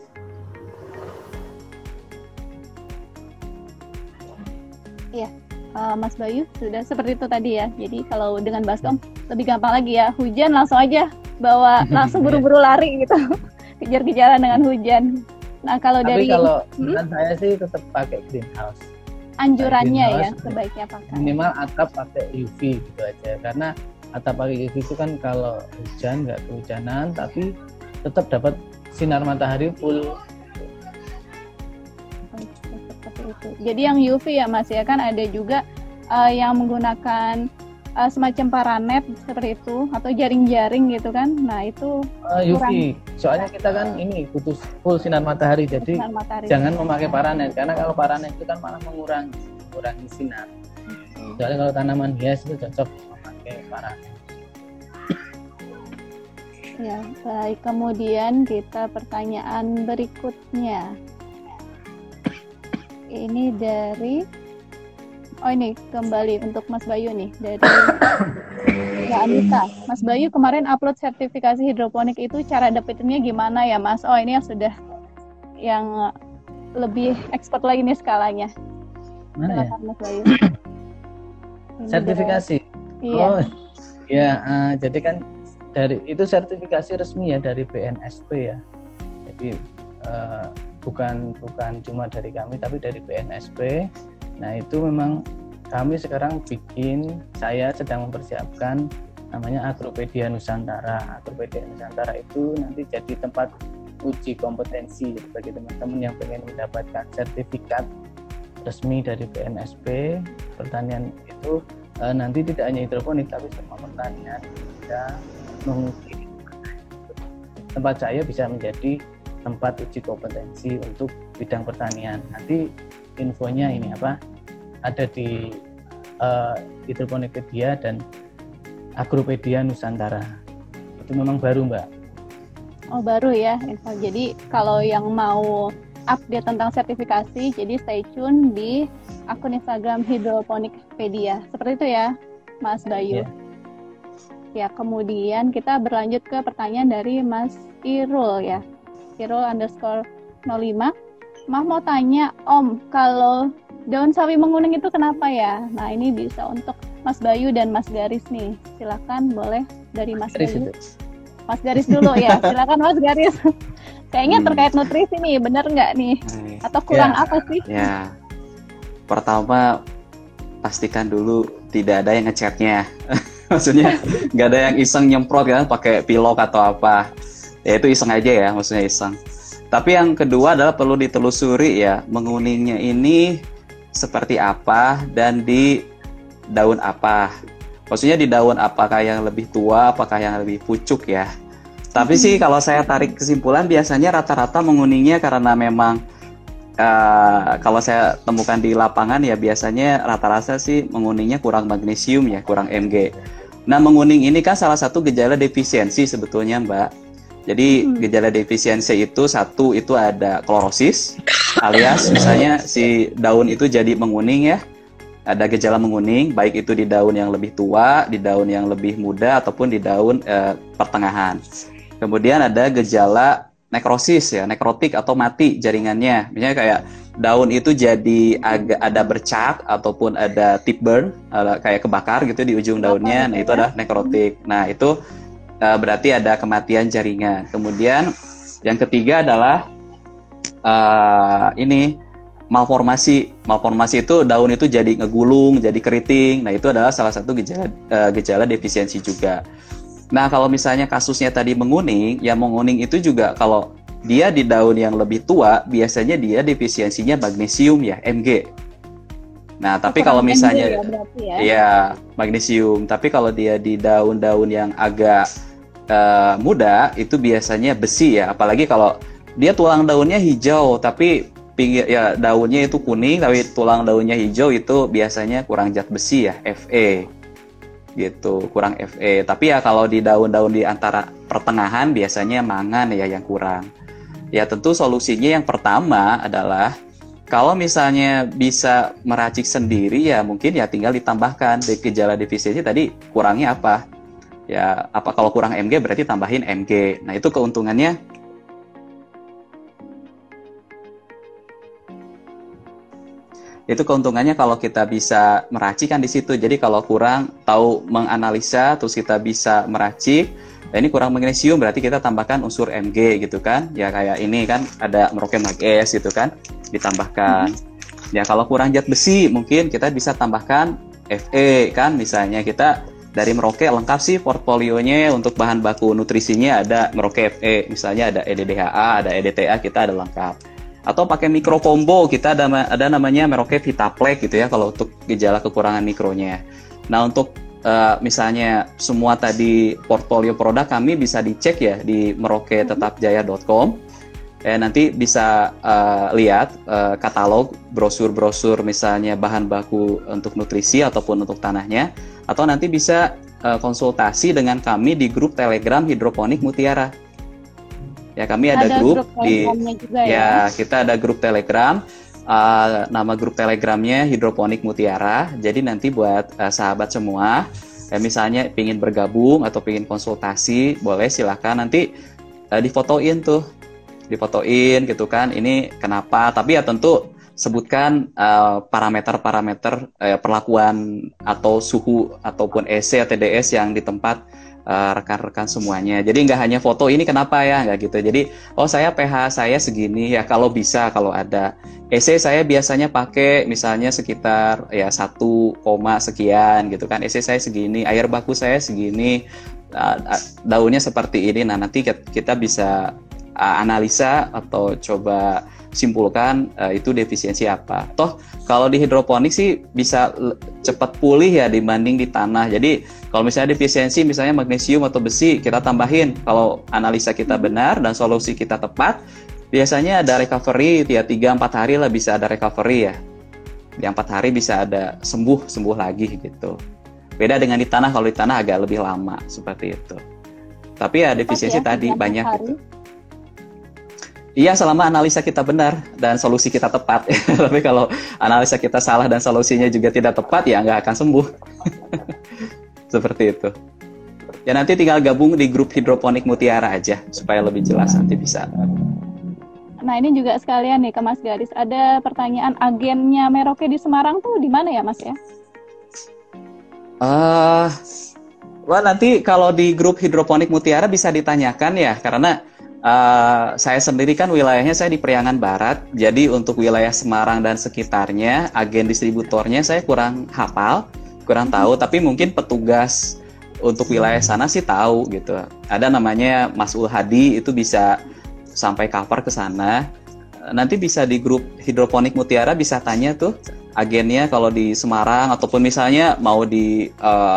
Iya, Mas Bayu sudah seperti itu tadi ya. Jadi kalau dengan baskom lebih gampang lagi ya. Hujan langsung aja bawa, langsung buru-buru lari gitu, kejar-kejaran dengan hujan. Nah kalau kalau saya sih tetap pakai greenhouse. Anjurannya ya sebaiknya pakai. Minimal atap pakai UV gitu aja, karena atap pakai UV itu kan kalau hujan nggak kehujanan tapi tetap dapat sinar matahari full. Itu. Jadi yang UV ya Mas ya, kan ada juga yang menggunakan semacam paranet seperti itu atau jaring-jaring gitu kan. Nah itu UV. Soalnya kita kan ini butuh full sinar matahari, jadi jangan memakai paranet, karena kalau paranet itu kan malah mengurangi sinar. Soalnya kalau tanaman hias itu cocok memakai paranet. Ya, baik. Kemudian kita pertanyaan berikutnya. Ini dari ini kembali untuk Mas Bayu nih, dari Mbak Anita. Mas Bayu kemarin upload sertifikasi hidroponik itu cara dapetinnya gimana ya Mas? Oh ini yang sudah yang lebih expert lagi nih skalanya. Silakan Mas Bayu. Sertifikasi. Iya. Oh, ya. Jadi kan dari itu sertifikasi resmi ya dari BNSP ya. Jadi bukan cuma dari kami tapi dari BNSP. Nah itu memang kami sekarang saya sedang mempersiapkan namanya Agropedia Nusantara. Agropedia Nusantara itu nanti jadi tempat uji kompetensi bagi teman-teman yang pengen mendapatkan sertifikat resmi dari BNSP pertanian itu. Nanti tidak hanya hidroponik tapi semua pertanian bisa menguji. Tempat saya bisa menjadi tempat uji kompetensi untuk bidang pertanian. Nanti infonya ini ada di Hidroponikpedia dan Agropedia Nusantara. Itu memang baru, Mbak. Oh, baru ya info. Jadi kalau yang mau update tentang sertifikasi, jadi stay tune di akun Instagram Hidroponikpedia. Seperti itu ya, Mas Bayu. Ya, kemudian kita berlanjut ke pertanyaan dari Mas Irul ya. Irul_05. Mah mau tanya, Om, kalau daun sawi menguning itu kenapa ya? Nah, ini bisa untuk Mas Bayu dan Mas Garis nih. Silakan, boleh dari Mas Bayu. Mas Garis dulu ya. Silakan Mas Garis. Kayaknya terkait nutrisi nih, bener nggak nih? Atau kurang apa sih? Ya, pertama pastikan dulu tidak ada yang ngecatnya. Maksudnya nggak ada yang iseng nyemprot kan pakai pilok atau apa. Ya itu iseng aja ya, maksudnya iseng. Tapi yang kedua adalah perlu ditelusuri ya, menguningnya ini seperti apa dan di daun apa. Maksudnya di daun apakah yang lebih tua, apakah yang lebih pucuk ya. Tapi sih kalau saya tarik kesimpulan biasanya rata-rata menguningnya karena memang kalau saya temukan di lapangan ya biasanya rata-rata sih menguningnya kurang magnesium ya, kurang Mg. Nah menguning ini kan salah satu gejala defisiensi sebetulnya Mbak. Jadi gejala defisiensi itu satu itu ada klorosis alias misalnya si daun itu jadi menguning ya. Ada gejala menguning baik itu di daun yang lebih tua, di daun yang lebih muda ataupun di daun pertengahan. Kemudian ada gejala nekrosis ya, nekrotik atau mati jaringannya. Misalnya kayak daun itu jadi agak ada bercak ataupun ada tip burn, kayak kebakar gitu di ujung daunnya. Nah, itu adalah nekrotik. Nah, itu berarti ada kematian jaringan. Kemudian yang ketiga adalah ini malformasi. Malformasi itu daun itu jadi ngegulung, jadi keriting. Nah, itu adalah salah satu gejala defisiensi juga. Nah, kalau misalnya kasusnya tadi menguning, ya menguning itu juga kalau dia di daun yang lebih tua, biasanya dia defisiensinya magnesium ya, Mg. Nah, tapi kalau misalnya ya magnesium, tapi kalau dia di daun-daun yang agak muda, itu biasanya besi ya, apalagi kalau dia tulang daunnya hijau, tapi pinggir ya daunnya itu kuning, tapi tulang daunnya hijau, itu biasanya kurang zat besi ya, Fe. Gitu, kurang Fe. Tapi ya kalau di daun-daun di antara pertengahan biasanya mangan ya yang kurang. Ya tentu solusinya yang pertama adalah kalau misalnya bisa meracik sendiri ya mungkin ya tinggal ditambahkan di gejala defisiensi tadi kurangnya apa. Ya apa kalau kurang Mg berarti tambahin Mg. Nah, itu keuntungannya kalau kita bisa meracik kan di situ. Jadi kalau kurang tahu menganalisa terus kita bisa meracik, ini kurang magnesium berarti kita tambahkan unsur Mg gitu kan. Ya kayak ini kan ada Merauke Mag-S gitu kan ditambahkan. Ya kalau kurang zat besi mungkin kita bisa tambahkan Fe kan, misalnya kita dari Merauke lengkap sih portfolionya untuk bahan baku nutrisinya ada Merauke Fe, misalnya ada EDDHA, ada EDTA, kita ada lengkap. Atau pakai mikro combo, kita ada namanya Merauke Vitaplex gitu ya kalau untuk gejala kekurangan mikronya. Nah, untuk misalnya semua tadi portfolio produk kami bisa dicek ya di merauketetapjaya.com. Nanti bisa lihat katalog brosur-brosur misalnya bahan baku untuk nutrisi ataupun untuk tanahnya, atau nanti bisa konsultasi dengan kami di grup Telegram Hidroponik Mutiara. Ya, kami ada grup di juga, ya kita ada grup Telegram, nama grup Telegramnya Hidroponik Mutiara. Jadi nanti buat sahabat semua, misalnya ingin bergabung atau ingin konsultasi, boleh silakan nanti difotoin gitu kan. Ini kenapa? Tapi ya tentu sebutkan parameter-parameter perlakuan atau suhu ataupun EC atau TDS yang di tempat rekan-rekan semuanya. Jadi nggak hanya foto ini kenapa ya, nggak gitu. Jadi saya pH saya segini ya, kalau bisa, kalau ada EC saya biasanya pakai misalnya sekitar ya 1, sekian gitu kan. EC saya segini, air baku saya segini, daunnya seperti ini. Nah nanti kita bisa analisa atau coba simpulkan itu defisiensi apa. Toh kalau di hidroponik sih bisa cepat pulih ya dibanding di tanah. Jadi kalau misalnya defisiensi misalnya magnesium atau besi, kita tambahin. Kalau analisa kita benar dan solusi kita tepat, biasanya ada recovery ya 3-4 hari lah bisa ada recovery ya. Di 4 hari bisa ada sembuh lagi gitu. Beda dengan di tanah, kalau di tanah agak lebih lama seperti itu. Tapi ya defisiensi tadi banyak gitu. Iya, selama analisa kita benar dan solusi kita tepat. Tapi kalau analisa kita salah dan solusinya juga tidak tepat, ya nggak akan sembuh. Seperti itu. Ya nanti tinggal gabung di grup hidroponik Mutiara aja, supaya lebih jelas nanti bisa. Nah ini juga sekalian nih ke Mas Garis, ada pertanyaan, agennya Merauke di Semarang tuh di mana ya Mas ya? Wah nanti kalau di grup hidroponik Mutiara bisa ditanyakan ya, karena saya sendiri kan wilayahnya saya di Priangan Barat, jadi untuk wilayah Semarang dan sekitarnya, agen distributornya saya kurang hafal, kurang tahu, tapi mungkin petugas untuk wilayah sana sih tahu gitu. Ada namanya Mas Ulhadi, itu bisa sampai cover ke sana. Nanti bisa di grup hidroponik Mutiara bisa tanya tuh agennya kalau di Semarang, ataupun misalnya mau di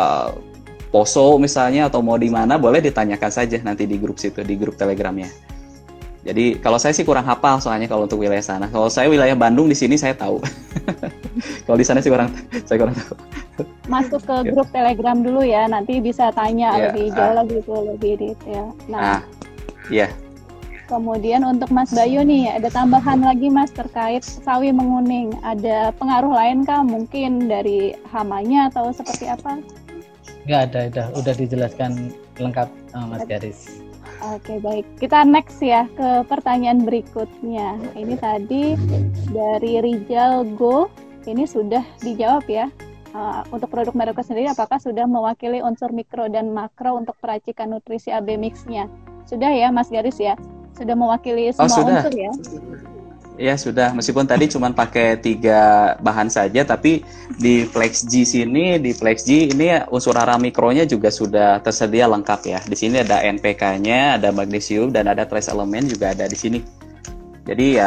Poso misalnya atau mau di mana, boleh ditanyakan saja nanti di grup situ, di grup Telegramnya. Jadi kalau saya sih kurang hafal soalnya kalau untuk wilayah sana. Kalau saya wilayah Bandung, di sini saya tahu. Kalau di sana sih saya kurang tahu. Masuk ke grup Telegram dulu ya, nanti bisa tanya lebih jauh lagi gitu, lebih detail. Nah, iya. Kemudian untuk Mas Bayu nih, ada tambahan lagi Mas terkait sawi menguning. Ada pengaruh lain kah? Mungkin dari hamanya atau seperti apa? Nggak ada, udah dijelaskan lengkap Mas Garis. Oke, baik. Kita next ya ke pertanyaan berikutnya. Ini tadi dari Rijal Go, ini sudah dijawab ya. Untuk produk Merauke sendiri, apakah sudah mewakili unsur mikro dan makro untuk peracikan nutrisi AB mix-nya? Sudah ya Mas Garis ya? Sudah mewakili semua unsur ya? Ya sudah, meskipun tadi cuma pakai 3 bahan saja, tapi di FlexG sini, di FlexG ini unsur hara mikronya juga sudah tersedia lengkap ya. Di sini ada NPK-nya, ada magnesium, dan ada trace element juga ada di sini. Jadi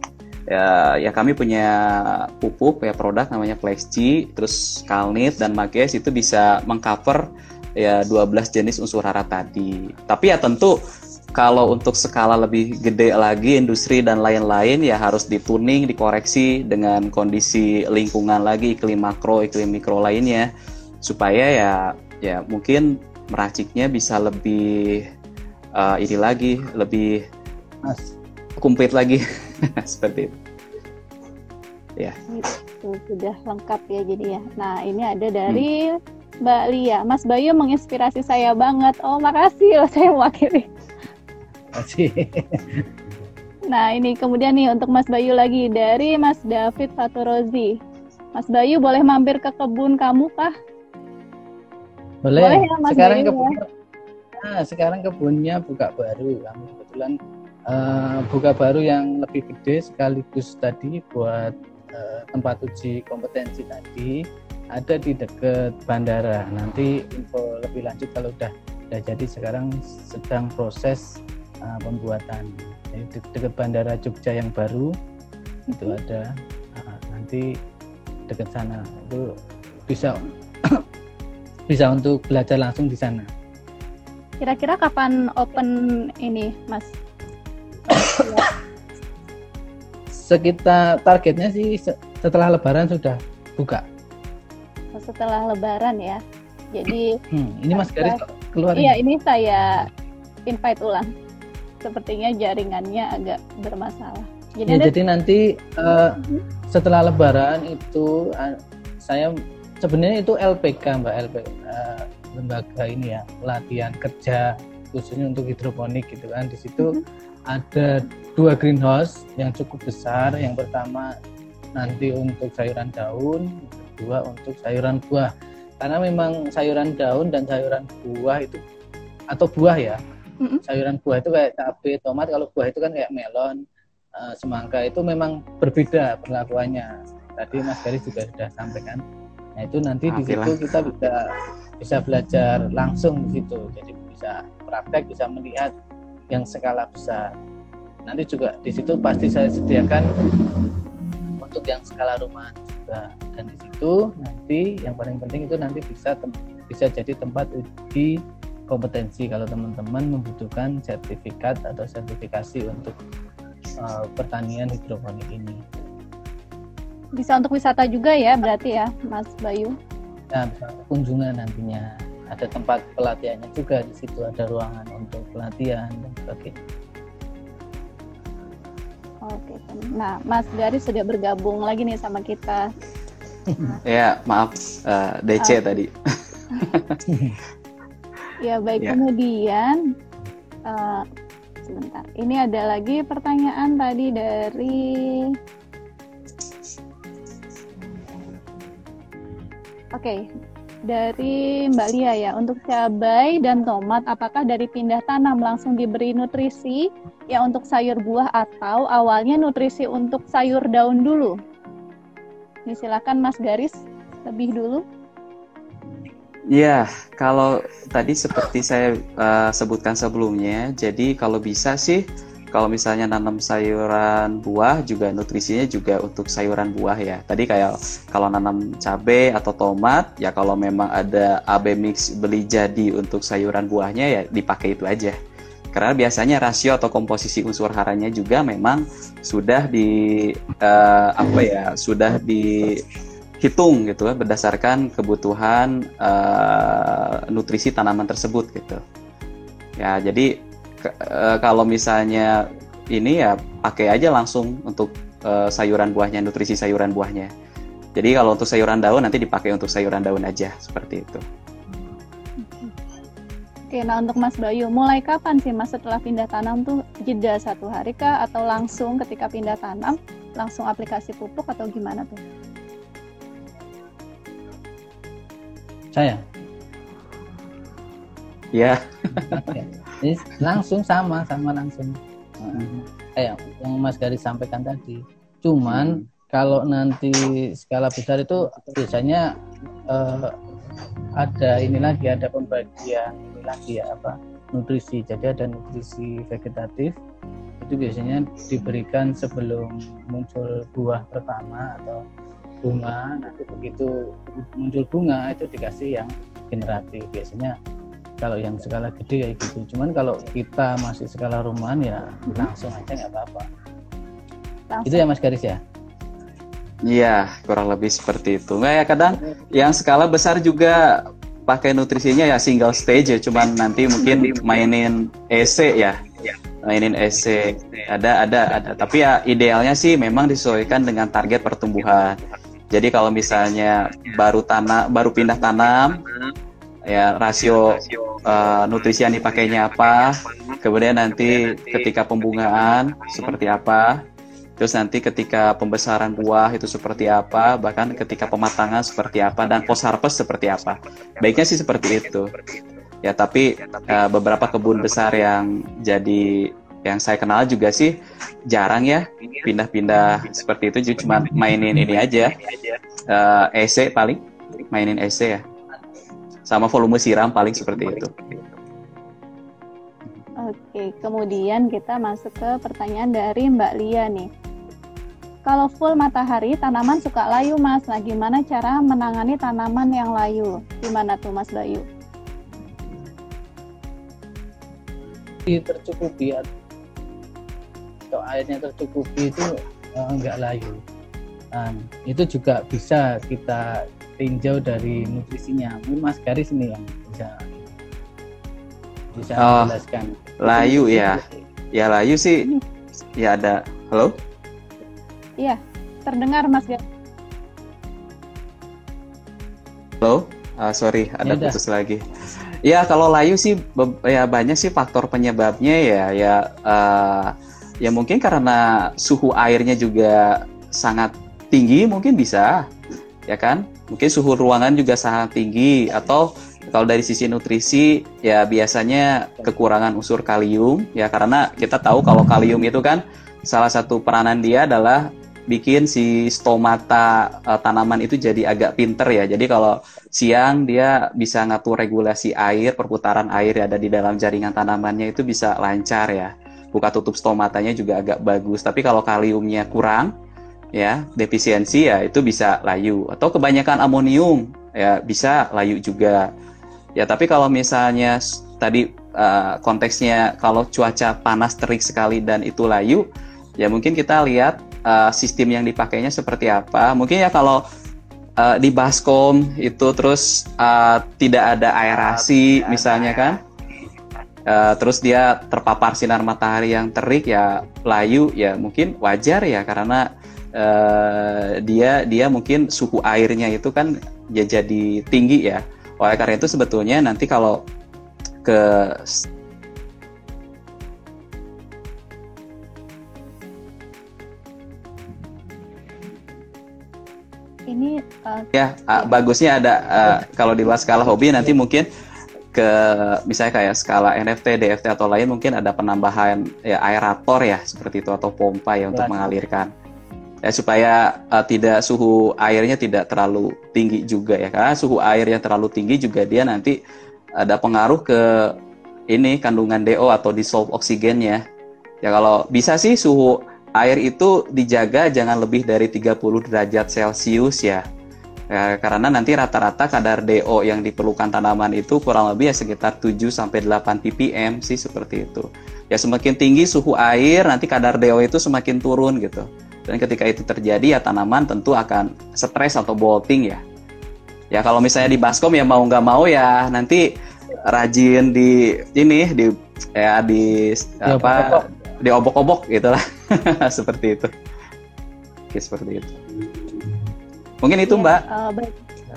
ya kami punya pupuk ya, produk namanya FlexG, terus Kalnit dan Mages itu bisa mengcover ya 12 jenis unsur hara tadi. Tapi ya tentu kalau untuk skala lebih gede lagi, industri dan lain-lain, ya harus dituning, dikoreksi dengan kondisi lingkungan lagi, iklim makro, iklim mikro lainnya, supaya ya mungkin meraciknya bisa lebih lebih komplit lagi, seperti itu. Ya. Itu sudah lengkap ya jadi ya. Nah ini ada dari Mbak Lia, Mas Bayu menginspirasi saya banget. Oh makasih loh, saya mewakili. Nah ini kemudian nih untuk Mas Bayu lagi dari Mas David Faturozi. Mas Bayu boleh mampir ke kebun kamu kah? Boleh ya, Mas sekarang Bayu, kebun, sekarang kebunnya buka baru. Kami kebetulan buka baru yang lebih gede sekaligus tadi buat tempat uji kompetensi tadi ada di dekat bandara. Nanti info lebih lanjut kalau udah jadi. Sekarang sedang proses pembuatan. Jadi dekat bandara Jogja yang baru itu ada, nanti dekat sana itu bisa untuk belajar langsung di sana. Kira-kira kapan open ini Mas? Sekitar targetnya sih setelah Lebaran sudah buka. Setelah Lebaran ya. Jadi ini Mas Garis keluar. Iya, ini saya invite ulang. Sepertinya jaringannya agak bermasalah. Jadi nanti setelah Lebaran itu saya sebenarnya itu LPK Mbak, lembaga ini ya, pelatihan kerja khususnya untuk hidroponik gitu kan. Di situ ada 2 greenhouse yang cukup besar. Yang pertama nanti untuk sayuran daun, kedua untuk sayuran buah. Karena memang sayuran daun dan sayuran buah itu, atau buah ya, sayuran buah itu kayak cabai, tomat. Kalau buah itu kan kayak melon, semangka, itu memang berbeda perlakuannya. Tadi Mas Garis juga sudah sampaikan. Nah itu nanti di situ kita bisa belajar langsung di situ. Jadi bisa praktek, bisa melihat yang skala besar. Nanti juga di situ pasti saya sediakan untuk yang skala rumahan juga. Dan di situ nanti yang paling penting itu nanti bisa jadi tempat uji kompetensi kalau teman-teman membutuhkan sertifikat atau sertifikasi untuk pertanian hidroponik ini. Bisa untuk wisata juga ya berarti ya Mas Bayu? Nah, bisa kunjungan nantinya. Ada tempat pelatihannya juga di situ, ada ruangan untuk pelatihan dan sebagainya. Oke, nah Mas Garis sudah bergabung lagi nih sama kita. Ya, maaf DC tadi. Ya baik, kemudian sebentar. Ini ada lagi pertanyaan tadi dari dari Mbak Lia ya. Untuk cabai dan tomat, apakah dari pindah tanam langsung diberi nutrisi ya untuk sayur buah atau awalnya nutrisi untuk sayur daun dulu? Ini silakan Mas Garis lebih dulu. Ya, kalau tadi seperti saya sebutkan sebelumnya, jadi kalau bisa sih, kalau misalnya nanam sayuran buah juga nutrisinya juga untuk sayuran buah ya. Tadi kayak kalau nanam cabai atau tomat, ya kalau memang ada AB mix beli jadi untuk sayuran buahnya ya dipakai itu aja. Karena biasanya rasio atau komposisi unsur haranya juga memang sudah sudah dihitung gitu berdasarkan kebutuhan nutrisi tanaman tersebut gitu. Ya, jadi kalau misalnya ini ya pakai aja langsung untuk sayuran buahnya, nutrisi sayuran buahnya. Jadi kalau untuk sayuran daun nanti dipakai untuk sayuran daun aja, seperti itu. Oke, nah untuk Mas Bayu, mulai kapan sih Mas setelah pindah tanam tuh jeda 1 hari kah atau langsung ketika pindah tanam langsung aplikasi pupuk atau gimana tuh? Saya? Ya. Ini langsung sama langsung. Kayak yang Mas Garis sampaikan tadi. Cuman kalau nanti skala besar itu biasanya ada pembagian ini lagi ya nutrisi. Jadi ada nutrisi vegetatif itu biasanya diberikan sebelum muncul buah pertama atau bunga. Nanti begitu muncul bunga itu dikasih yang generatif. Biasanya kalau yang skala gede kayak gitu. Cuman kalau kita masih skala rumahan ya langsung aja nggak apa-apa. Itu ya Mas Garis ya? Iya, kurang lebih seperti itu. Nggak ya, kadang yang skala besar juga pakai nutrisinya ya single stage ya, cuman nanti mungkin mainin EC ya. Mainin EC. Ada. Tapi ya idealnya sih memang disesuaikan dengan target pertumbuhan. Jadi kalau misalnya baru pindah tanam, ya rasio nutrisi yang dipakainya apa, kemudian nanti ketika pembungaan seperti apa, terus nanti ketika pembesaran buah itu seperti apa, bahkan ketika pematangan seperti apa, dan post harvest seperti apa. Baiknya sih seperti itu. Ya, tapi beberapa kebun besar yang saya kenal juga sih jarang ya pindah-pindah seperti itu, cuma mainin ini aja, EC paling, mainin EC ya. Sama volume siram paling seperti itu. Oke, kemudian kita masuk ke pertanyaan dari Mbak Lia nih. Kalau full matahari, tanaman suka layu, Mas. Nah, gimana cara menangani tanaman yang layu? Gimana tuh, Mas Bayu? Tercukupi atau airnya tercukupi itu enggak layu. Nah, itu juga bisa kita tinjau dari nutrisinya. Mungkin Mas Garis ini yang bisa menjelaskan. Layu ya. Ya layu sih. Ya ada. Halo? Iya, terdengar Mas Garis. Halo? Sorry, ada putus lagi. Ya kalau layu sih ya banyak sih faktor penyebabnya ya mungkin karena suhu airnya juga sangat tinggi mungkin bisa, ya kan? Mungkin suhu ruangan juga sangat tinggi, atau kalau dari sisi nutrisi ya biasanya kekurangan unsur kalium ya, karena kita tahu kalau kalium itu kan salah satu peranan dia adalah bikin si stomata tanaman itu jadi agak pinter ya. Jadi kalau siang dia bisa ngatur regulasi air, perputaran air yang ada di dalam jaringan tanamannya itu bisa lancar ya. Buka tutup stomatanya juga agak bagus. Tapi kalau kaliumnya kurang ya, defisiensi ya, itu bisa layu. Atau kebanyakan amonium ya bisa layu juga. Ya, tapi kalau misalnya tadi konteksnya kalau cuaca panas terik sekali dan itu layu, ya mungkin kita lihat sistem yang dipakainya seperti apa. Mungkin ya kalau di baskom itu terus tidak ada aerasi misalnya kan, terus dia terpapar sinar matahari yang terik ya layu, ya mungkin wajar ya, karena dia mungkin suhu airnya itu kan ya jadi tinggi ya. Oleh karena itu sebetulnya nanti kalau ke ini bagusnya ada kalau di luar skala hobi nanti mungkin ke misalnya kayak skala NFT, DFT atau lain, mungkin ada penambahan ya aerator ya seperti itu, atau pompa ya untuk mengalirkan. Ya, supaya tidak suhu airnya tidak terlalu tinggi juga ya, karena suhu air yang terlalu tinggi juga dia nanti ada pengaruh ke ini kandungan DO atau dissolved oksigennya. Ya kalau bisa sih suhu air itu dijaga jangan lebih dari 30 derajat Celcius ya. Ya, karena nanti rata-rata kadar DO yang diperlukan tanaman itu kurang lebih ya sekitar 7-8 ppm sih, seperti itu. Ya semakin tinggi suhu air nanti kadar DO itu semakin turun gitu. Dan ketika itu terjadi ya tanaman tentu akan stres atau bolting ya. Ya kalau misalnya di baskom ya mau nggak mau ya nanti rajin di obok-obok gitulah. Seperti itu. Oke, seperti itu. Mungkin itu Mbak. Baik.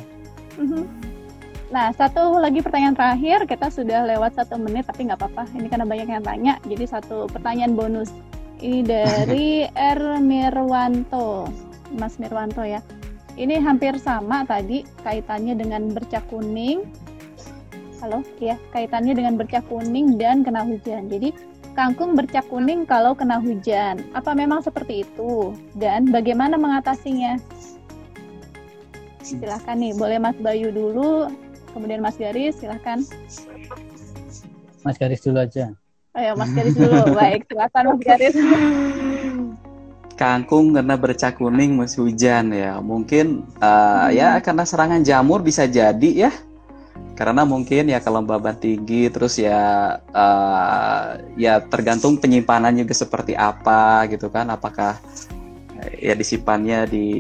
Nah, satu lagi pertanyaan terakhir, kita sudah lewat 1 menit tapi nggak apa-apa. Ini karena banyak yang tanya, jadi satu pertanyaan bonus. Ini dari Mirwanto, Mas Mirwanto ya. Ini hampir sama tadi kaitannya dengan bercak kuning. Halo, ya, kaitannya dengan bercak kuning dan kena hujan. Jadi kangkung bercak kuning kalau kena hujan. Apa memang seperti itu? Dan bagaimana mengatasinya? Silahkan nih, boleh Mas Bayu dulu, kemudian Mas Garis, silahkan. Mas Garis dulu aja. Ayo Mas Garis dulu, baik, silakan Mas Garis. Kangkung karena bercak kuning musim hujan ya, mungkin ya karena serangan jamur bisa jadi ya, karena mungkin ya kelembaban tinggi, terus ya tergantung penyimpanan juga seperti apa gitu kan, apakah ya disimpannya di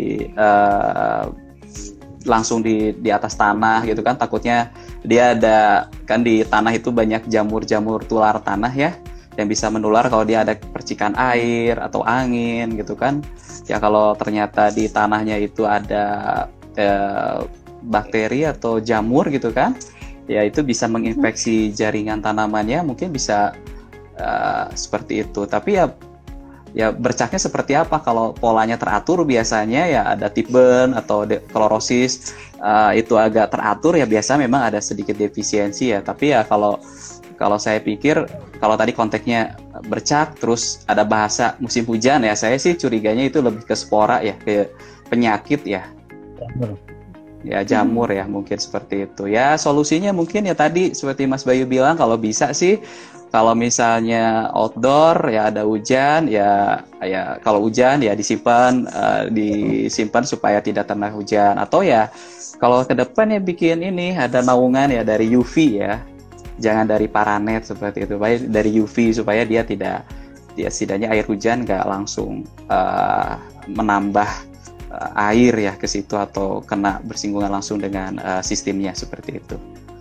langsung di atas tanah gitu kan, takutnya dia ada kan di tanah itu banyak jamur-jamur tular tanah ya yang bisa menular kalau dia ada percikan air atau angin gitu kan. Ya kalau ternyata di tanahnya itu ada bakteri atau jamur gitu kan, ya itu bisa menginfeksi jaringan tanamannya, mungkin bisa seperti itu. Tapi ya bercaknya seperti apa? Kalau polanya teratur biasanya ya ada tipen atau klorosis itu agak teratur ya, biasa memang ada sedikit defisiensi ya. Tapi ya kalau saya pikir kalau tadi konteksnya bercak terus ada bahasa musim hujan ya, saya sih curiganya itu lebih ke spora ya, ke penyakit ya. Ya jamur ya, mungkin seperti itu. Ya solusinya mungkin ya tadi seperti Mas Bayu bilang, kalau bisa sih kalau misalnya outdoor ya ada hujan ya kalau hujan ya disimpan supaya tidak terkena hujan, atau ya kalau ke depan ya bikin ini ada naungan ya dari UV ya, jangan dari paranet seperti itu, baik dari UV supaya dia setidaknya air hujan nggak langsung menambah air ya ke situ atau kena bersinggungan langsung dengan sistemnya seperti itu.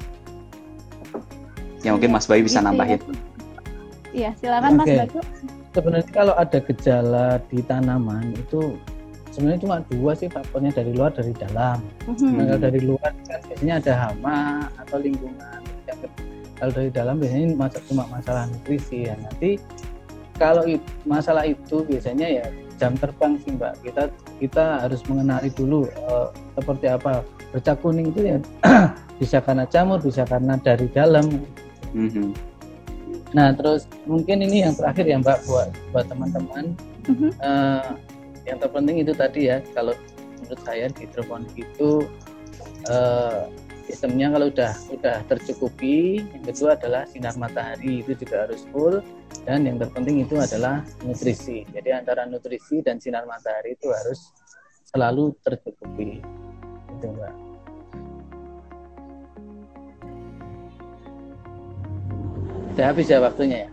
Ya mungkin Mas Bayu bisa nambahin. Iya, silakan Mas Bayu. Sebenarnya kalau ada gejala di tanaman itu sebenarnya cuma 2 sih faktornya, dari luar dari dalam. Nah, kalau dari luar kan biasanya ada hama atau lingkungan. Kalau dari dalam biasanya cuma masalah nutrisi ya. Nanti kalau masalah itu biasanya ya jam terbang sih Mbak. Kita harus mengenali dulu seperti apa. Bercak kuning itu ya bisa karena jamur, bisa karena dari dalam. Nah terus mungkin ini yang terakhir ya Mbak buat teman-teman. Yang terpenting itu tadi ya, kalau menurut saya di hidroponik itu sistemnya kalau udah tercukupi. Yang kedua adalah sinar matahari itu juga harus full, dan yang terpenting itu adalah nutrisi. Jadi antara nutrisi dan sinar matahari itu harus selalu tercukupi. Itu Mbak. Sudah habis ya waktunya ya.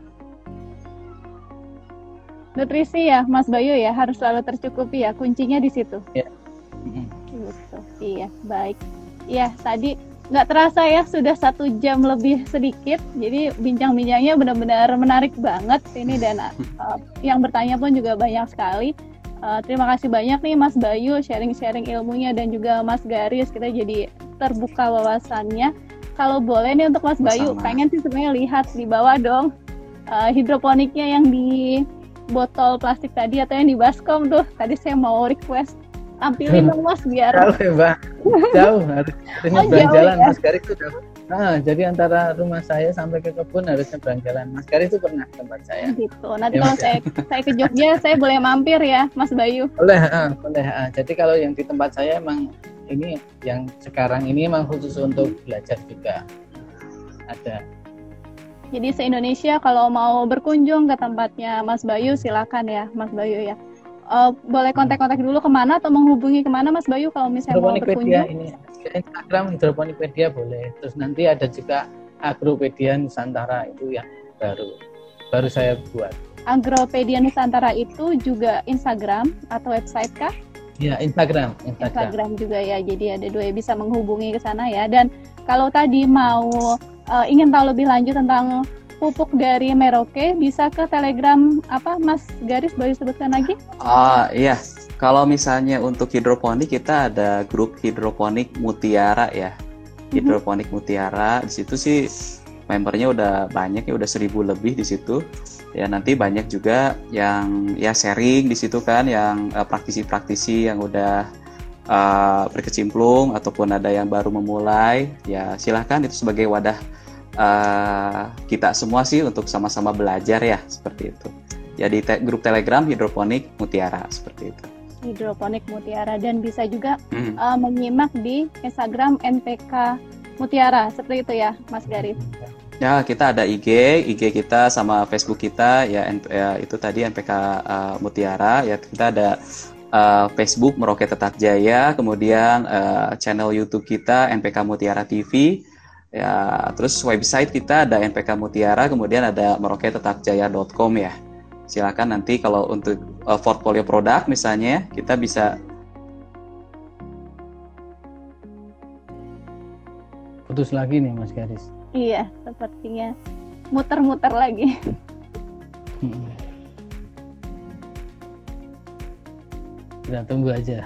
Nutrisi ya Mas Bayu ya, harus selalu tercukupi ya, kuncinya di situ. Ya. Gitu. Iya, baik. Ya, tadi nggak terasa ya, sudah 1 jam lebih sedikit. Jadi bincang-bincangnya benar-benar menarik banget ini, dan yang bertanya pun juga banyak sekali. Terima kasih banyak nih Mas Bayu sharing-sharing ilmunya, dan juga Mas Garis, kita jadi terbuka wawasannya. Kalau boleh nih untuk Mas Bayu, pengen sih sebenarnya lihat di bawah dong hidroponiknya yang di botol plastik tadi atau yang di baskom tuh. Tadi saya mau request tampilin dong Mas biar. Jauh ya Mbak, jauh harus nyebrang jalan ya? Mas Garis itu jauh. Jadi antara rumah saya sampai ke kebun harus nyebrang jalan. Mas Garis itu pernah tempat saya. Gitu. Nanti ya, kalau saya ke Jogja, saya boleh mampir ya Mas Bayu? Boleh. Jadi kalau yang di tempat saya emang ini yang sekarang ini emang khusus untuk belajar juga ada. Jadi se-Indonesia kalau mau berkunjung ke tempatnya Mas Bayu silakan ya Mas Bayu ya. Boleh kontak-kontak dulu kemana atau menghubungi kemana Mas Bayu kalau misalnya mau berkunjung? Ini Instagram Hidroponikpedia boleh. Terus nanti ada juga Agropedia Nusantara, itu yang baru saya buat. Agropedia Nusantara itu juga Instagram atau website kah? Ya, Instagram juga ya. Jadi ada 2 bisa menghubungi ke sana ya. Dan kalau tadi mau ingin tahu lebih lanjut tentang pupuk dari Merauke, bisa ke Telegram apa Mas Garis, boleh sebutkan lagi? Iya. Kalau misalnya untuk hidroponik, kita ada grup hidroponik Mutiara ya. Hidroponik Mutiara, di situ sih membernya udah banyak ya, udah 1.000 lebih di situ. Ya nanti banyak juga yang ya sharing di situ kan, yang praktisi-praktisi yang udah berkecimpung ataupun ada yang baru memulai. Ya silahkan, itu sebagai wadah kita semua sih untuk sama-sama belajar ya, seperti itu. Ya di grup Telegram Hidroponik Mutiara, seperti itu. Hidroponik Mutiara, dan bisa juga menyimak di Instagram NPK Mutiara, seperti itu ya Mas Garis. Ya, kita ada IG kita sama Facebook kita ya, itu tadi NPK Mutiara ya. Kita ada Facebook Merauke Tetap Jaya, kemudian channel YouTube kita NPK Mutiara TV ya, terus website kita ada NPK Mutiara, kemudian ada merauketetapjaya.com ya. Silakan nanti kalau untuk portfolio produk misalnya, kita bisa. Putus lagi nih Mas Garis. Iya, sepertinya muter-muter lagi. Kita tunggu aja.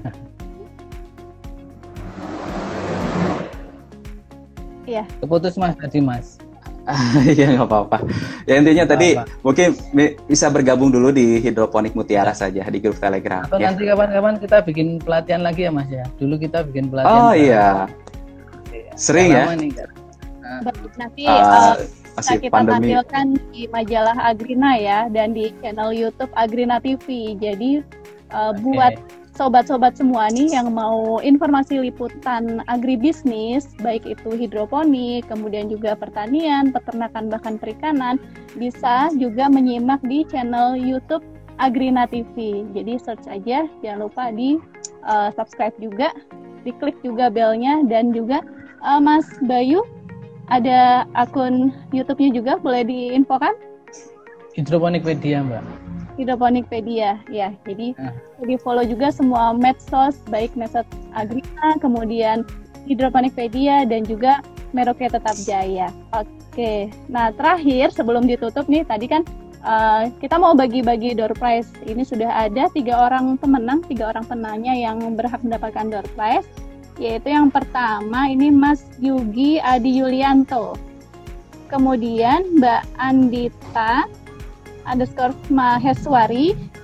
Iya. Keputus Mas tadi Mas. Iya nggak apa-apa. Ya intinya tadi mungkin bisa bergabung dulu di Hidroponik Mutiara saja di grup Telegram. Atau nanti kapan-kapan kita bikin pelatihan lagi ya Mas ya. Dulu kita bikin pelatihan. Oh iya. Sering ya. Nanti kita tampilkan di majalah Agrina ya, dan di channel YouTube Agrina TV. Jadi buat sobat-sobat semua nih yang mau informasi liputan agribisnis, baik itu hidroponik, kemudian juga pertanian, peternakan, bahkan perikanan, bisa juga menyimak di channel YouTube Agrina TV. Jadi search aja, jangan lupa di subscribe juga, diklik juga belnya, dan juga Mas Bayu ada akun YouTube-nya juga, boleh diinfokan? Hidroponikpedia Mbak. Hidroponikpedia ya, jadi di follow juga semua medsos, baik medsos Agrina, kemudian Hidroponikpedia, dan juga Merauke Tetap Jaya. Oke, nah terakhir sebelum ditutup nih, tadi kan kita mau bagi-bagi door prize. Ini sudah ada 3 orang pemenang, 3 orang penanya yang berhak mendapatkan door prize. Yaitu yang pertama ini Mas Yugi Adi Yulianto, kemudian Mbak Andita _Maheswari,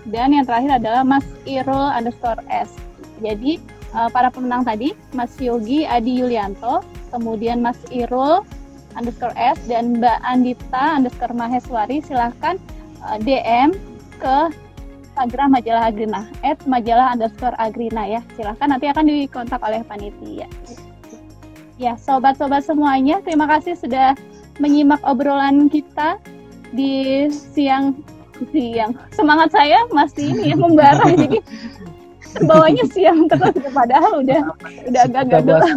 dan yang terakhir adalah Mas Irul_S. Jadi para pemenang tadi Mas Yogi Adi Yulianto, kemudian Mas Irul_S dan Mbak Andita_Maheswari. Silahkan DM ke Instagram Majalah Agrina @majalah_agrina ya. Silahkan, nanti akan dikontak oleh panitia. Ya, sobat-sobat semuanya, terima kasih sudah menyimak obrolan kita di siang. Semangat saya masih ini ya, membara, jadi bawahnya siang terus, padahal udah agak gelap.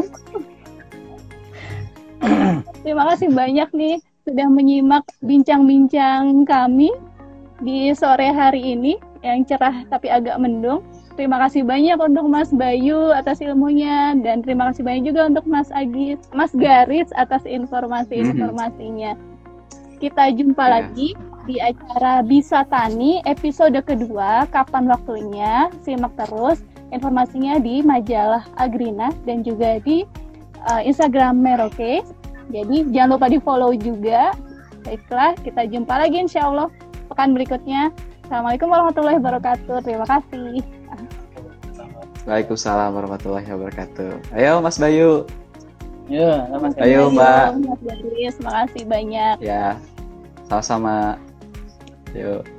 Terima kasih banyak nih sudah menyimak bincang-bincang kami di sore hari ini yang cerah tapi agak mendung. Terima kasih banyak untuk Mas Bayu atas ilmunya, dan terima kasih banyak juga untuk Mas Garis atas informasi-informasinya. Kita jumpa lagi di acara Bisa Tani episode kedua. Kapan waktunya? Simak terus informasinya di Majalah Agrina dan juga di Instagram Merauke. Jadi jangan lupa di follow juga. Baiklah, kita jumpa lagi insya Allah pekan berikutnya. Assalamualaikum warahmatullahi wabarakatuh. Terima kasih. Waalaikumsalam warahmatullahi wabarakatuh. Ayo Mas Bayu. Ya, Ayo Mbak. Mas Garis, terima kasih banyak. Ya, sama-sama. Yuk.